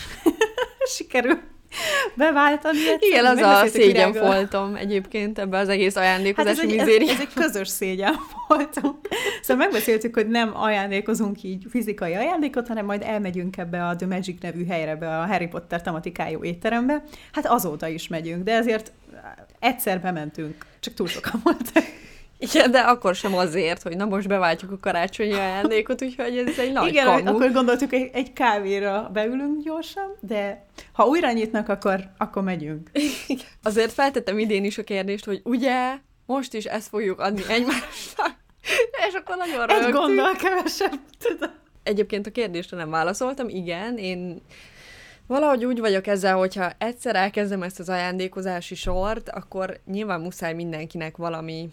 sikerül beváltani. Igen, az a szégyenfoltom egyébként ebbe az egész ajándékozási mizériába. Ez egy közös szégyenfoltom. Szóval megbeszéltük, hogy nem ajándékozunk így fizikai ajándékot, hanem majd elmegyünk ebbe a The Magic nevű helyre, be a Harry Potter tematikájú étterembe. Hát azóta is megyünk, de ezért egyszer bementünk, csak túl sokan voltak. Igen, de akkor sem azért, hogy na most beváltjuk a karácsonyi ajándékot, úgyhogy ez egy nagy igen, kamu. akkor gondoltuk, egy kávéra beülünk gyorsan, de ha újra nyitnak, akkor megyünk. Azért feltettem idén is a kérdést, hogy ugye most is ezt fogjuk adni egymásnak, és akkor nagyon rögtünk. Egy gondol kevesebb, tudom. Egyébként a kérdésre nem válaszoltam, igen, én valahogy úgy vagyok ezzel, hogyha egyszer elkezdem ezt az ajándékozási sort, akkor nyilván muszáj mindenkinek valami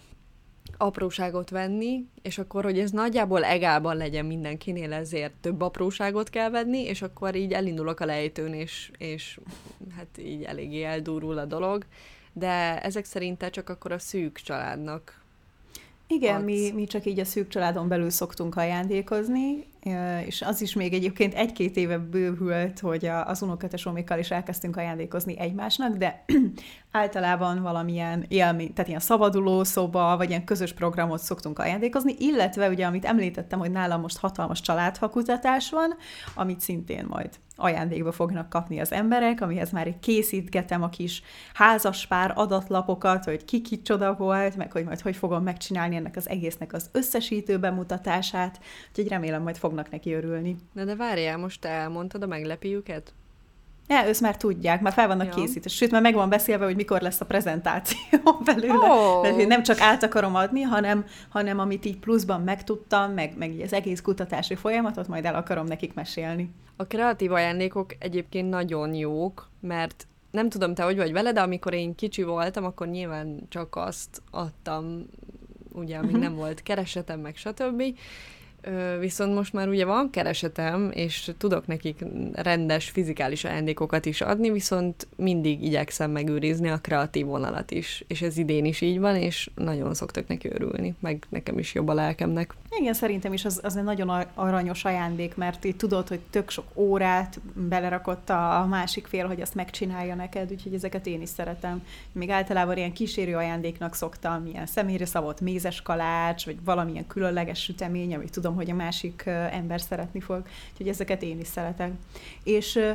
apróságot venni, és akkor, hogy ez nagyjából egálban legyen mindenkinél, ezért több apróságot kell venni, és akkor így elindulok a lejtőn, és hát így eléggé eldurul a dolog, de ezek szerint csak akkor a szűk családnak. Igen, mi csak így a szűk családon belül szoktunk ajándékozni, és az is még egyébként 1-2 éve bővült, hogy az unokatesómékkal is elkezdtünk ajándékozni egymásnak, de általában valamilyen élmény, tehát ilyen szabaduló szoba, vagy ilyen közös programot szoktunk ajándékozni, illetve ugye, amit említettem, hogy nálam most hatalmas családfakutatás van, amit szintén majd ajándékba fognak kapni az emberek, amihez már készítgetem a kis házaspár adatlapokat, hogy ki kicsoda volt, meg hogy majd hogy fogom megcsinálni ennek az egésznek az összesítő bemutatását, úgyhogy remélem majd fognak neki örülni. Na de várjál, most te elmondtad a meglepőjüket? Ja, ősz már tudják, már fel vannak készítve. Sőt, már meg van beszélve, hogy mikor lesz a prezentáció belőle. Mert nem csak át akarom adni, hanem amit így pluszban megtudtam, meg így az egész kutatási folyamatot majd el akarom nekik mesélni. A kreatív ajándékok egyébként nagyon jók, mert nem tudom, te hogy vagy vele, de amikor én kicsi voltam, akkor nyilván csak azt adtam, ugye, amíg nem volt keresetem, meg stb. Viszont most már ugye van keresetem, és tudok nekik rendes fizikális ajándékokat is adni, viszont mindig igyekszem megőrizni a kreatív vonalat is. És ez idén is így van, és nagyon szoktak neki örülni, meg nekem is jobb a lelkemnek. Igen, szerintem is az egy nagyon aranyos ajándék, mert így tudod, hogy tök sok órát belerakott a másik fél, hogy azt megcsinálja neked, úgyhogy ezeket én is szeretem. Még általában ilyen kísérő ajándéknak szoktam, ilyen személyre szabott mézes kalács, vagy valamilyen különleges sütemény, amit tudom, hogy a másik ember szeretni fog. Úgyhogy ezeket én is szeretem. És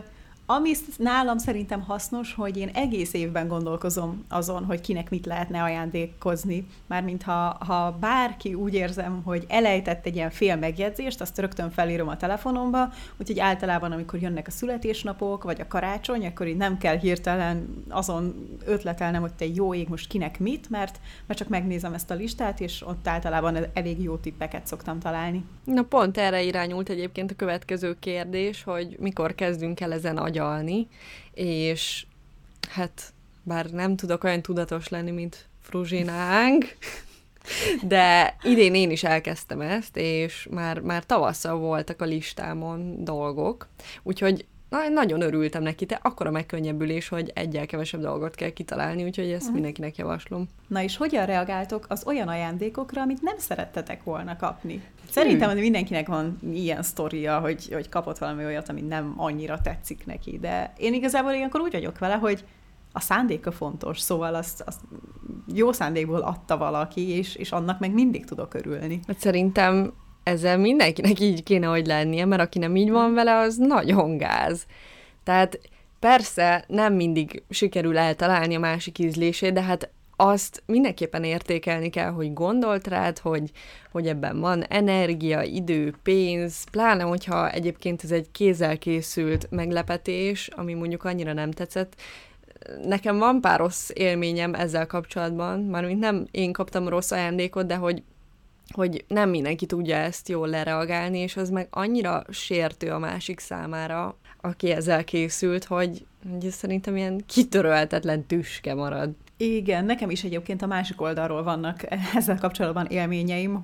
Ami nálam szerintem hasznos, hogy én egész évben gondolkozom azon, hogy kinek mit lehetne ajándékozni. Mármint ha bárki úgy érzem, hogy elejtett egy ilyen fél megjegyzést, azt rögtön felírom a telefonomba, úgyhogy általában, amikor jönnek a születésnapok, vagy a karácsony, akkor így nem kell hirtelen azon ötletelnem, hogy te jó ég, most kinek mit, mert csak megnézem ezt a listát, és ott általában elég jó tippeket szoktam találni. Na pont erre irányult egyébként a következő kérdés, hogy mikor kezdünk el ezen agyalni, és hát bár nem tudok olyan tudatos lenni, mint Fruzsinánk, de idén én is elkezdtem ezt, és már tavasszal voltak a listámon dolgok, úgyhogy nagyon örültem neki, de akkora megkönnyebbülés, hogy egyel kevesebb dolgot kell kitalálni, úgyhogy ezt mindenkinek javaslom. Na és hogyan reagáltok az olyan ajándékokra, amit nem szerettetek volna kapni? Szerintem hogy mindenkinek van ilyen sztoria, hogy kapott valami olyat, ami nem annyira tetszik neki, de én igazából ilyenkor úgy vagyok vele, hogy a szándéka fontos, szóval azt jó szándékból adta valaki, és annak meg mindig tudok örülni. Hát szerintem ezzel mindenkinek így kéne, hogy lennie, mert aki nem így van vele, az nagyon gáz. Tehát persze nem mindig sikerül eltalálni a másik ízlését, de hát azt mindenképpen értékelni kell, hogy gondolt rád, hogy ebben van energia, idő, pénz, pláne, hogyha egyébként ez egy kézzel készült meglepetés, ami mondjuk annyira nem tetszett. Nekem van pár rossz élményem ezzel kapcsolatban, mármint nem én kaptam rossz ajándékot, de hogy nem mindenki tudja ezt jól lereagálni, és az meg annyira sértő a másik számára, aki ezzel készült, hogy szerintem ilyen kitörölhetetlen tüske marad. Igen, nekem is egyébként a másik oldalról vannak ezzel kapcsolatban élményeim,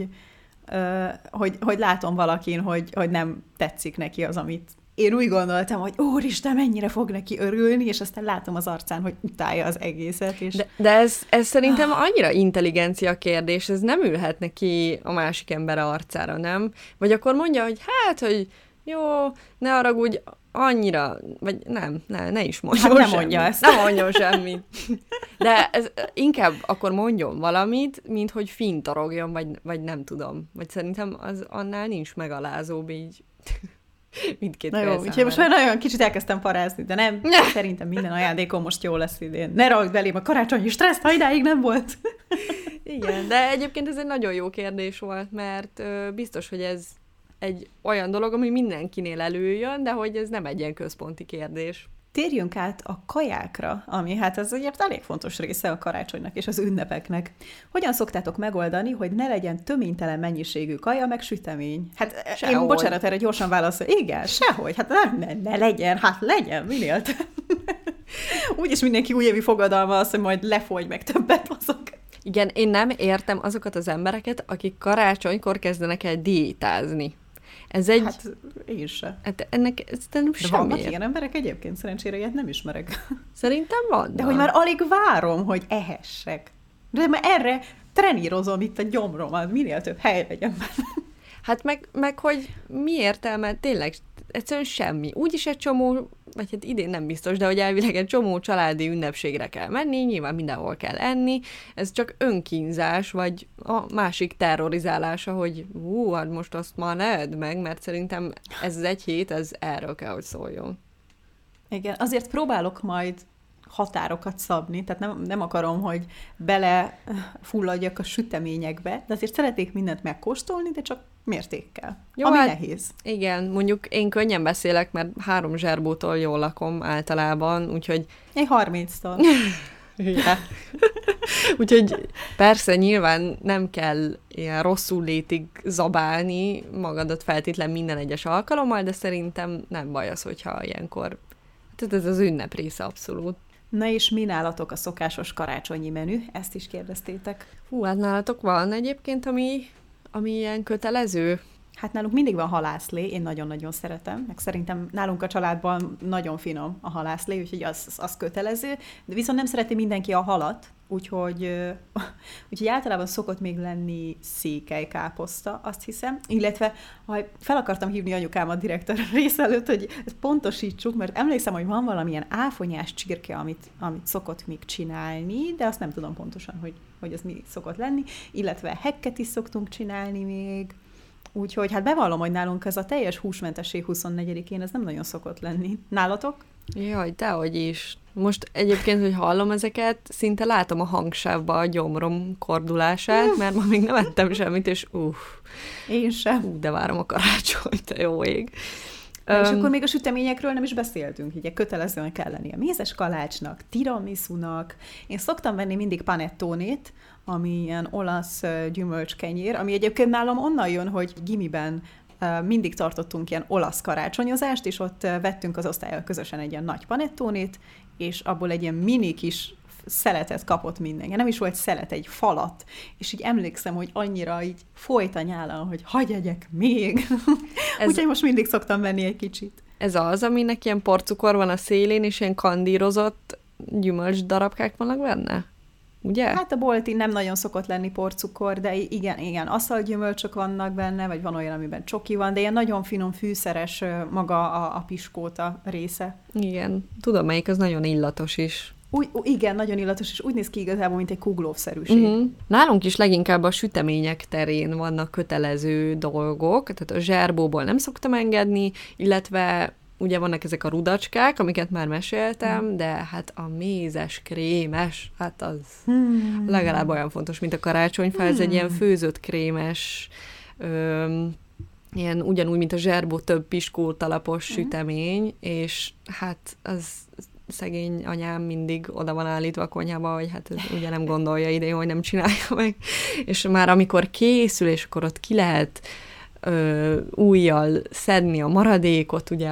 hogy látom valakin, hogy nem tetszik neki az, amit én úgy gondoltam, hogy úristen, mennyire fog neki örülni, és aztán látom az arcán, hogy utálja az egészet. És... De ez szerintem annyira intelligencia kérdés, ez nem ülhet neki a másik ember arcára, nem? Vagy akkor mondja, hogy hát, hogy jó, ne haragudj, annyira, vagy ne is mondjon hát mondja ezt. Nem mondjon semmit. De ez, inkább akkor mondjon valamit, mint hogy fintorogjon, vagy nem tudom. Vagy szerintem az annál nincs megalázóbb így mindkét Na jó, úgyhogy most már nagyon kicsit elkezdtem parázni, de nem, szerintem minden ajándékom most jó lesz idén. Ne rakd belém a karácsonyi stresszt, ha idáig nem volt. Igen, de egyébként ez egy nagyon jó kérdés volt, mert biztos, hogy ez egy olyan dolog, ami mindenkinél előjön, de hogy ez nem egy ilyen központi kérdés. Térjünk át a kajákra, ami hát ez ugye elég fontos része a karácsonynak és az ünnepeknek. Hogyan szoktátok megoldani, hogy ne legyen töménytelen mennyiségű kaja, meg sütemény? Hát sehogy. Én bocsánat, erre gyorsan válaszol. Igen, sehogy. Hát ne legyen, hát legyen, minél több. Úgyis mindenki újévi fogadalma az, hogy majd lefogy meg többet azok. Igen, én nem értem azokat az embereket, akik karácsonykor kezdenek el diétázni. Ez egy... Hát én sem. Hát ennek nem semmi. Vannak ilyen emberek egyébként? Szerencsére ilyet nem ismerek. Szerintem van. De hogy már alig várom, hogy ehessek. De már erre trenírozom itt a gyomromat, minél több hely legyen benne. Hát meg hogy mi értelme? Tényleg egyszerűen semmi. Úgyis egy csomó, vagy hát idén nem biztos, de hogy elvileg egy csomó családi ünnepségre kell menni, nyilván mindenhol kell enni, ez csak önkínzás, vagy a másik terrorizálása, hogy hát most azt már ne edd meg, mert szerintem ez az egy hét, ez erről kell, hogy szóljon. Igen, azért próbálok majd határokat szabni, tehát nem akarom, hogy belefulladjak a süteményekbe, de azért szeretnék mindent megkóstolni, de csak mértékkel. Jó, ami nehéz. Igen, mondjuk én könnyen beszélek, mert 3 zserbótól jól lakom általában, úgyhogy... Én 30-tól. Ja. Úgyhogy persze nyilván nem kell ilyen rosszul létig zabálni magadat feltétlen minden egyes alkalommal, de szerintem nem baj az, hogyha ilyenkor... Tehát ez az ünnep része abszolút. Na és mi nálatok a szokásos karácsonyi menü? Ezt is kérdeztétek. Hát nálatok van egyébként, ami ilyen kötelező? Hát nálunk mindig van halászlé, én nagyon-nagyon szeretem, meg szerintem nálunk a családban nagyon finom a halászlé, úgyhogy az kötelező, de viszont nem szereti mindenki a halat, úgyhogy általában szokott még lenni székelykáposzta, azt hiszem, illetve fel akartam hívni anyukámat direkt a rész előtt, hogy ezt pontosítsuk, mert emlékszem, hogy van valamilyen áfonyás csirke, amit szokott még csinálni, de azt nem tudom pontosan, hogy az mi szokott lenni, illetve hekket is szoktunk csinálni még, Úgyhogy hát bevallom, hogy nálunk ez a teljes húsmentesség 24-én ez nem nagyon szokott lenni. Nálatok? Jaj, dehogy is. Most egyébként, hogy hallom ezeket, szinte látom a hangsávba a gyomrom kordulását, mert ma még nem ettem semmit, és Én sem. de várom a karácsonyt, te jó ég. És akkor még a süteményekről nem is beszéltünk, ugye kötelezően kell lenni a mézes kalácsnak, tiramisunak. Én szoktam venni mindig panettónét, ami ilyen olasz gyümölcskenyér, ami egyébként nálam onnan jön, hogy gimiben mindig tartottunk ilyen olasz karácsonyozást, és ott vettünk az osztállyal közösen egy ilyen nagy panettónét, és abból egy ilyen mini kis szeletet kapott mindenki. Nem is volt szelet, egy falat. És így emlékszem, hogy annyira így folyt a nyálam, hogy hagyj egyek még. Úgyhogy most mindig szoktam venni egy kicsit. Ez az, aminek ilyen porcukor van a szélén, és ilyen kandírozott gyümölcs darabkák vannak benne? Ugye? Hát a bolti nem nagyon szokott lenni porcukor, de igen, aszalgyümölcsök vannak benne, vagy van olyan, amiben csoki van, de ilyen nagyon finom, fűszeres maga a piskóta része. Igen, tudom, melyik az nagyon illatos is. Igen, nagyon illatos, és úgy néz ki igazából, mint egy kuglószerűség. Nálunk is leginkább a sütemények terén vannak kötelező dolgok, tehát a zserbóból nem szoktam engedni, illetve ugye vannak ezek a rudacskák, amiket már meséltem, de hát a mézes, krémes, hát az legalább olyan fontos, mint a karácsonyfa, ez egy ilyen főzött krémes, ilyen ugyanúgy, mint a zserbó, több piskótalapos sütemény, és hát az szegény anyám mindig oda van állítva a konyhába, hogy hát ugye nem gondolja idén, hogy nem csinálja meg. És már amikor készül, és akkor ott ki lehet ujjal szedni a maradékot, ugye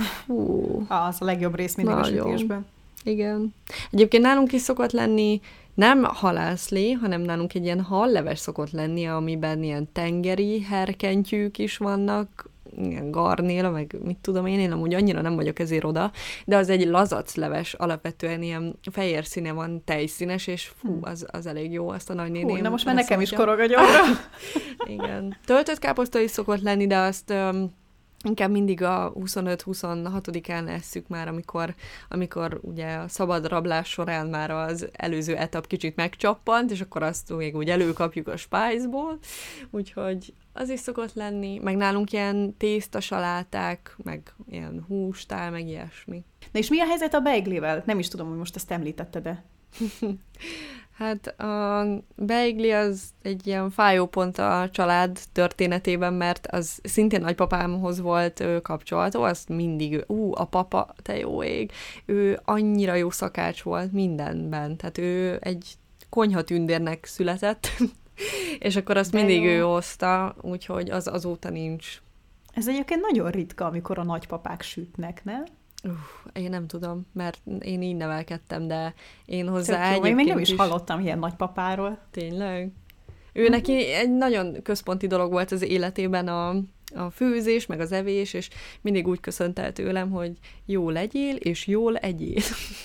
az a legjobb rész mindig nagyon. A sütésben. Igen. Egyébként nálunk is szokott lenni nem halászlé, hanem nálunk egy ilyen halleves szokott lenni, amiben ilyen tengeri herkentyűk is vannak, ilyen garnéla, meg mit tudom én amúgy annyira nem vagyok ezért oda, de az egy lazacleves, alapvetően ilyen fehér színe van, tejszínes, és az elég jó, azt a nagynéném. Na most már nekem is korog a gyomra. Igen. Töltött káposzta is szokott lenni, de azt inkább mindig a 25-26-án esszük már, amikor ugye a szabad rablás során már az előző etap kicsit megcsappant, és akkor azt még úgy előkapjuk a spájzból, úgyhogy az is szokott lenni, meg nálunk ilyen tésztasaláták, meg ilyen hústál, meg ilyesmi. Na és mi a helyzet a beiglivel? Nem is tudom, hogy most ezt említetted-e. Hát a beigli az egy ilyen fájópont a család történetében, mert az szintén nagypapámhoz volt kapcsolható, azt mindig, a papa, te jó ég, ő annyira jó szakács volt mindenben, tehát ő egy konyhatündérnek született, és akkor azt mindig ő hozta, úgyhogy az azóta nincs. Ez egyébként nagyon ritka, amikor a nagypapák sütnek, nem? Én nem tudom, mert én így nevelkedtem, de én hozzá egyébként még nem is hallottam ilyen nagypapáról. Tényleg? Ő neki egy nagyon központi dolog volt az életében a főzés, meg az evés, és mindig úgy köszönt el tőlem, hogy jól legyél, és jól egyél.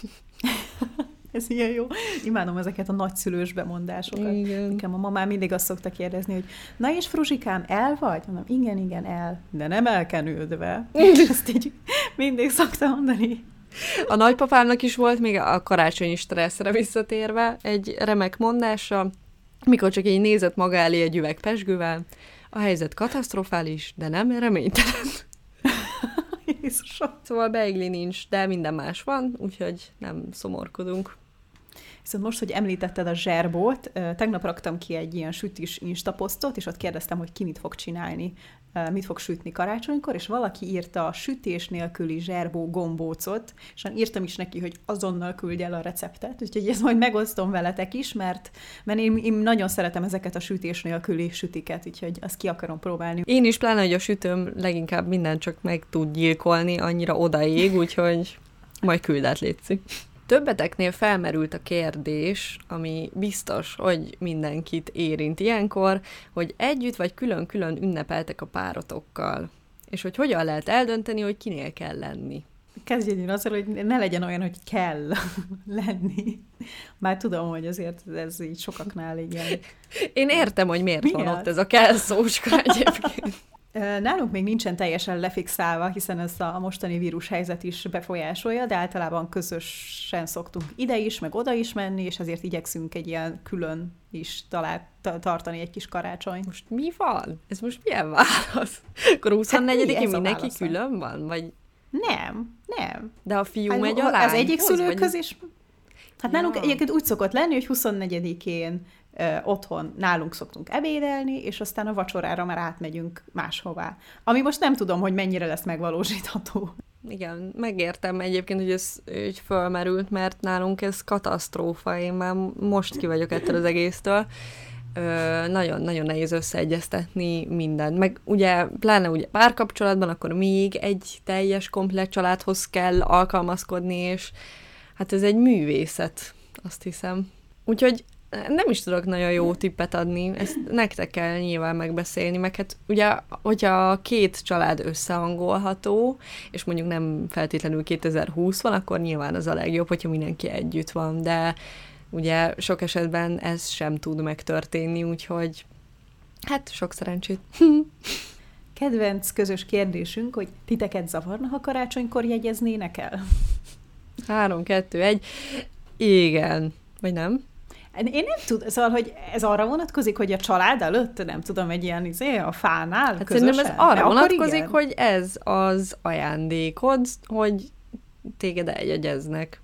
Ez ilyen jó. Imádom ezeket a nagyszülős bemondásokat. Igen. Nekem a mamám mindig azt szokta kérdezni, hogy na és Fruzsikám, el vagy? Mondom, igen, el, de nem elkenődve. Ezt így mindig szokta mondani. A nagypapámnak is volt még a karácsonyi stresszre visszatérve egy remek mondása, mikor csak így nézett maga elé egy üveg pezsgővel, a helyzet katasztrofális, de nem reménytelen. Jézusom. Szóval beigli nincs, de minden más van, úgyhogy nem szomorkodunk. Viszont most, hogy említetted a zserbót, tegnap raktam ki egy ilyen sütis instaposztot, és ott kérdeztem, hogy ki mit fog csinálni, mit fog sütni karácsonykor, és valaki írta a sütés nélküli zserbó gombócot, és írtam is neki, hogy azonnal küldj el a receptet, úgyhogy ezt majd megosztom veletek is, mert én nagyon szeretem ezeket a sütés nélküli sütiket, úgyhogy azt ki akarom próbálni. Én is, pláne, hogy a sütőm leginkább mindent csak meg tud gyilkolni, annyira odaég, úgyhogy majd küld át, létszik. Többeteknél felmerült a kérdés, ami biztos, hogy mindenkit érint ilyenkor, hogy együtt vagy külön-külön ünnepeltek a párotokkal, és hogy hogyan lehet eldönteni, hogy kinél kell lenni. Kezdjön azzal, hogy ne legyen olyan, hogy kell lenni. Bár tudom, hogy azért ez így sokaknál igen. Én értem, hogy miért van ott ez a kell szóska egyébként. Nálunk még nincsen teljesen lefixálva, hiszen ez a mostani vírushelyzet is befolyásolja, de általában közösen szoktunk ide is, meg oda is menni, és ezért igyekszünk egy ilyen külön is tartani egy kis karácsonyt. Most mi van? Ez most milyen válasz? Akkor 24-én mindenki külön van? Vagy... Nem. De a fiú megy a lányhoz? Az egyik szülőkhöz is... Hát nálunk egyébként úgy szokott lenni, hogy 24-én otthon nálunk szoktunk ebédelni, és aztán a vacsorára már átmegyünk máshová. Ami most nem tudom, hogy mennyire lesz megvalósítható. Igen, megértem egyébként, hogy ez így fölmerült, mert nálunk ez katasztrófa, én már most ki vagyok ettől az egésztől. Nagyon-nagyon nehéz összeegyeztetni mindent. Meg ugye, pláne ugye párkapcsolatban, akkor még egy teljes, komplett családhoz kell alkalmazkodni, és hát ez egy művészet, azt hiszem. Úgyhogy nem is tudok nagyon jó tippet adni, ezt nektek kell nyilván megbeszélni, meg hát ugye, hogyha két család összehangolható, és mondjuk nem feltétlenül 2020 van, akkor nyilván az a legjobb, hogyha mindenki együtt van, de ugye sok esetben ez sem tud megtörténni, úgyhogy hát sok szerencsét. Kedvenc közös kérdésünk, hogy titeket zavarna, ha karácsonykor jegyeznének el? 3, 2, 1. Igen. Vagy nem? Én nem tudom, szóval, hogy ez arra vonatkozik, hogy a család előtt, nem tudom, egy ilyen a fánál hát közösen? Szerintem ez arra vonatkozik, hogy ez az ajándékod, hogy téged eljegyeznek.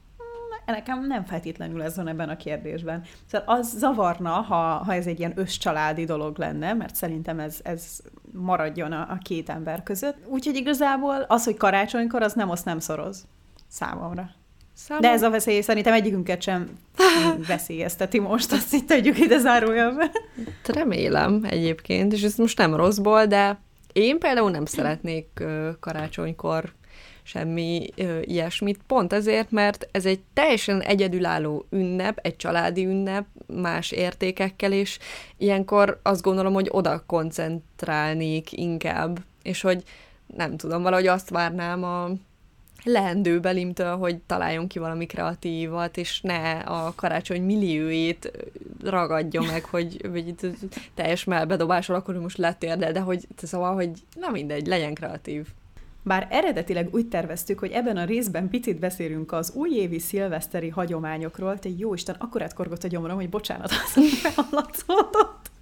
Nekem nem feltétlenül ez van ebben a kérdésben. Szóval az zavarna, ha ez egy ilyen összcsaládi dolog lenne, mert szerintem ez maradjon a két ember között. Úgyhogy igazából az, hogy karácsonykor, az nem oszt, nem szoroz számomra. De ez a veszély szerintem egyikünket sem veszélyezteti most, azt itt tegyük ide zárójelbe. Remélem egyébként, és ez most nem rosszból, de én például nem szeretnék karácsonykor semmi ilyesmit, pont ezért, mert ez egy teljesen egyedülálló ünnep, egy családi ünnep, más értékekkel, és ilyenkor azt gondolom, hogy oda koncentrálnék inkább, és hogy nem tudom, valahogy azt várnám a leendőbelimtől, hogy találjon ki valami kreatívat, és ne a karácsony milliójét ragadja meg, hogy teljes melbedobásol, akkor most letérdel, de hogy szóval, hogy na mindegy, legyen kreatív. Bár eredetileg úgy terveztük, hogy ebben a részben picit beszélünk az újévi szilveszteri hagyományokról, te jóisten, akkorát korgott a gyomrom, hogy bocsánat, az felhallatszódott.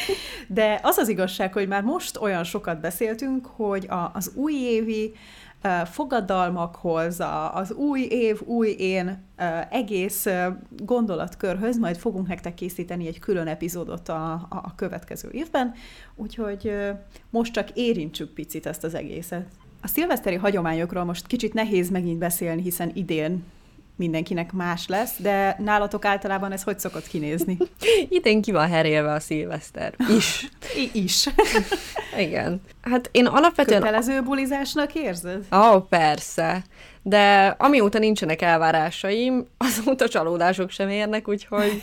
De az az igazság, hogy már most olyan sokat beszéltünk, hogy az újévi fogadalmakhoz, az új év, új én egész gondolatkörhöz majd fogunk nektek készíteni egy külön epizódot a következő évben, úgyhogy most csak érintsük picit ezt az egészet. A szilveszteri hagyományokról most kicsit nehéz megint beszélni, hiszen idén mindenkinek más lesz, de nálatok általában ez hogy szokott kinézni? Idén ki van herélve a szilveszter. Is. Igen. Hát én alapvetően... Kötelező bulizásnak érzed? Persze. De amióta nincsenek elvárásaim, azóta csalódások sem érnek, úgyhogy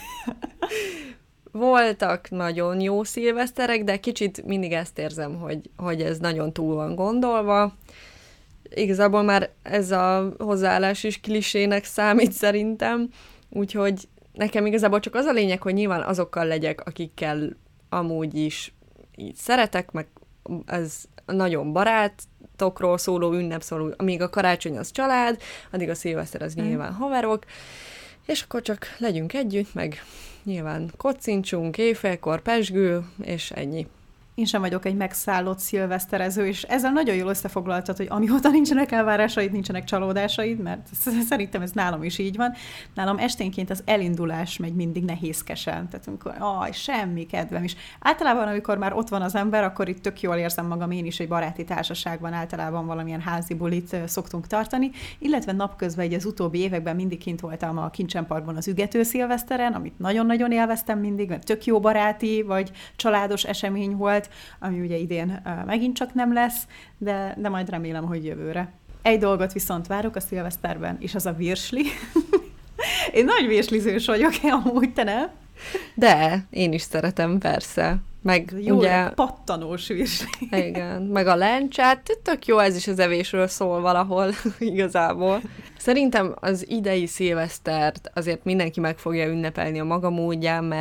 voltak nagyon jó szilveszterek, de kicsit mindig ezt érzem, hogy ez nagyon túl van gondolva. Igazából már ez a hozzáállás is klisének számít szerintem, úgyhogy nekem igazából csak az a lényeg, hogy nyilván azokkal legyek, akikkel amúgy is így szeretek, meg ez nagyon barátokról szóló ünnep, szóló, amíg a karácsony az család, addig a szilveszter az nyilván haverok, és akkor csak legyünk együtt, meg nyilván kocincsunk, éjfélkor pesgő, és ennyi. Én sem vagyok egy megszállott szilveszterező, és ezzel nagyon jól összefoglaltad, hogy amióta nincsenek elvárásaid, nincsenek csalódásaid, mert szerintem ez nálam is így van. Nálam esténként az elindulás megy mindig nehézkesen, tehát amikor semmi kedvem is. Általában, amikor már ott van az ember, akkor itt tök jól érzem magam, én is egy baráti társaságban általában valamilyen házi bulit szoktunk tartani, illetve napközben egy az utóbbi években mindig kint voltam a Kincsenparkban az ügető szilveszteren, amit nagyon-nagyon élveztem mindig, mert tök jó baráti vagy családos esemény volt, ami ugye idén megint csak nem lesz, de majd remélem, hogy jövőre. Egy dolgot viszont várok a szilveszterben, és az a virsli. Én nagy virslizős vagyok, amúgy te nem? De, én is szeretem, persze. Meg jó, ugye... pattanós virsli. Igen, meg a lencsát, tök jó, ez is az evésről szól valahol, igazából. Szerintem az idei szilvesztert azért mindenki meg fogja ünnepelni a maga módján, mert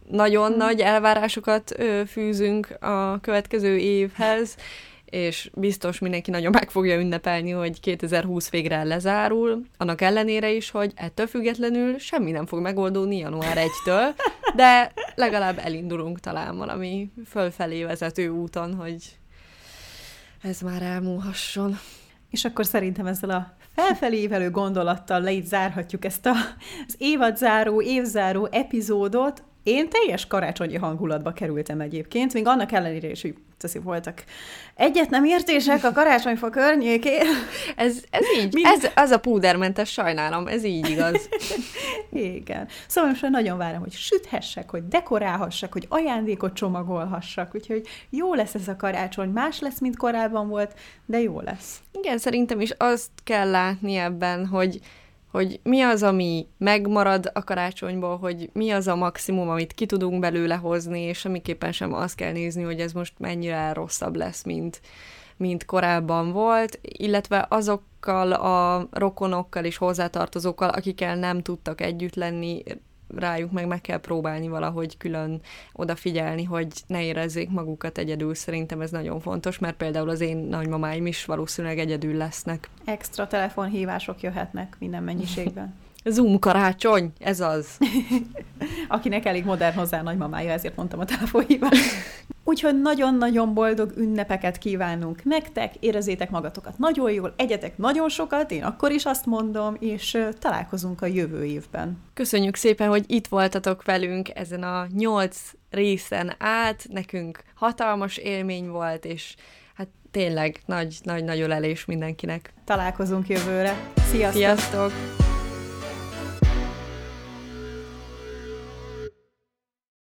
nagyon nagy elvárásokat fűzünk a következő évhez, és biztos mindenki nagyon meg fogja ünnepelni, hogy 2020 végre lezárul, annak ellenére is, hogy ettől függetlenül semmi nem fog megoldódni január 1-től, de legalább elindulunk talán valami fölfelé vezető úton, hogy ez már elmúlhasson. És akkor szerintem ezzel a felfelé ívelő gondolattal le itt zárhatjuk ezt az évadzáró, évzáró epizódot. Én teljes karácsonyi hangulatba kerültem egyébként, még annak ellenére is, hogy voltak egyet nem értések a karácsonyfa környékén. Ez így, az a púdermentes, sajnálom, ez így igaz. Igen. Szóval most nagyon várom, hogy süthessek, hogy dekorálhassak, hogy ajándékot csomagolhassak, úgyhogy jó lesz ez a karácsony, más lesz, mint korábban volt, de jó lesz. Igen, szerintem is azt kell látni ebben, hogy mi az, ami megmarad a karácsonyból, hogy mi az a maximum, amit ki tudunk belőle hozni, és semmiképpen sem azt kell nézni, hogy ez most mennyire rosszabb lesz, mint korábban volt, illetve azokkal a rokonokkal és hozzátartozókkal, akikkel nem tudtak együtt lenni, rájuk meg kell próbálni valahogy külön odafigyelni, hogy ne érezzék magukat egyedül. Szerintem ez nagyon fontos, mert például az én nagymamáim is valószínűleg egyedül lesznek. Extra telefonhívások jöhetnek minden mennyiségben. Zoom karácsony, ez az. Akinek elég modern hozzá a nagymamája, ezért mondtam a telefonhívást. Úgyhogy nagyon-nagyon boldog ünnepeket kívánunk nektek, érezzétek magatokat nagyon jól, egyetek nagyon sokat, én akkor is azt mondom, és találkozunk a jövő évben. Köszönjük szépen, hogy itt voltatok velünk ezen a 8 részen át, nekünk hatalmas élmény volt, és hát tényleg nagy ölelés mindenkinek. Találkozunk jövőre. Sziasztok! Sziasztok!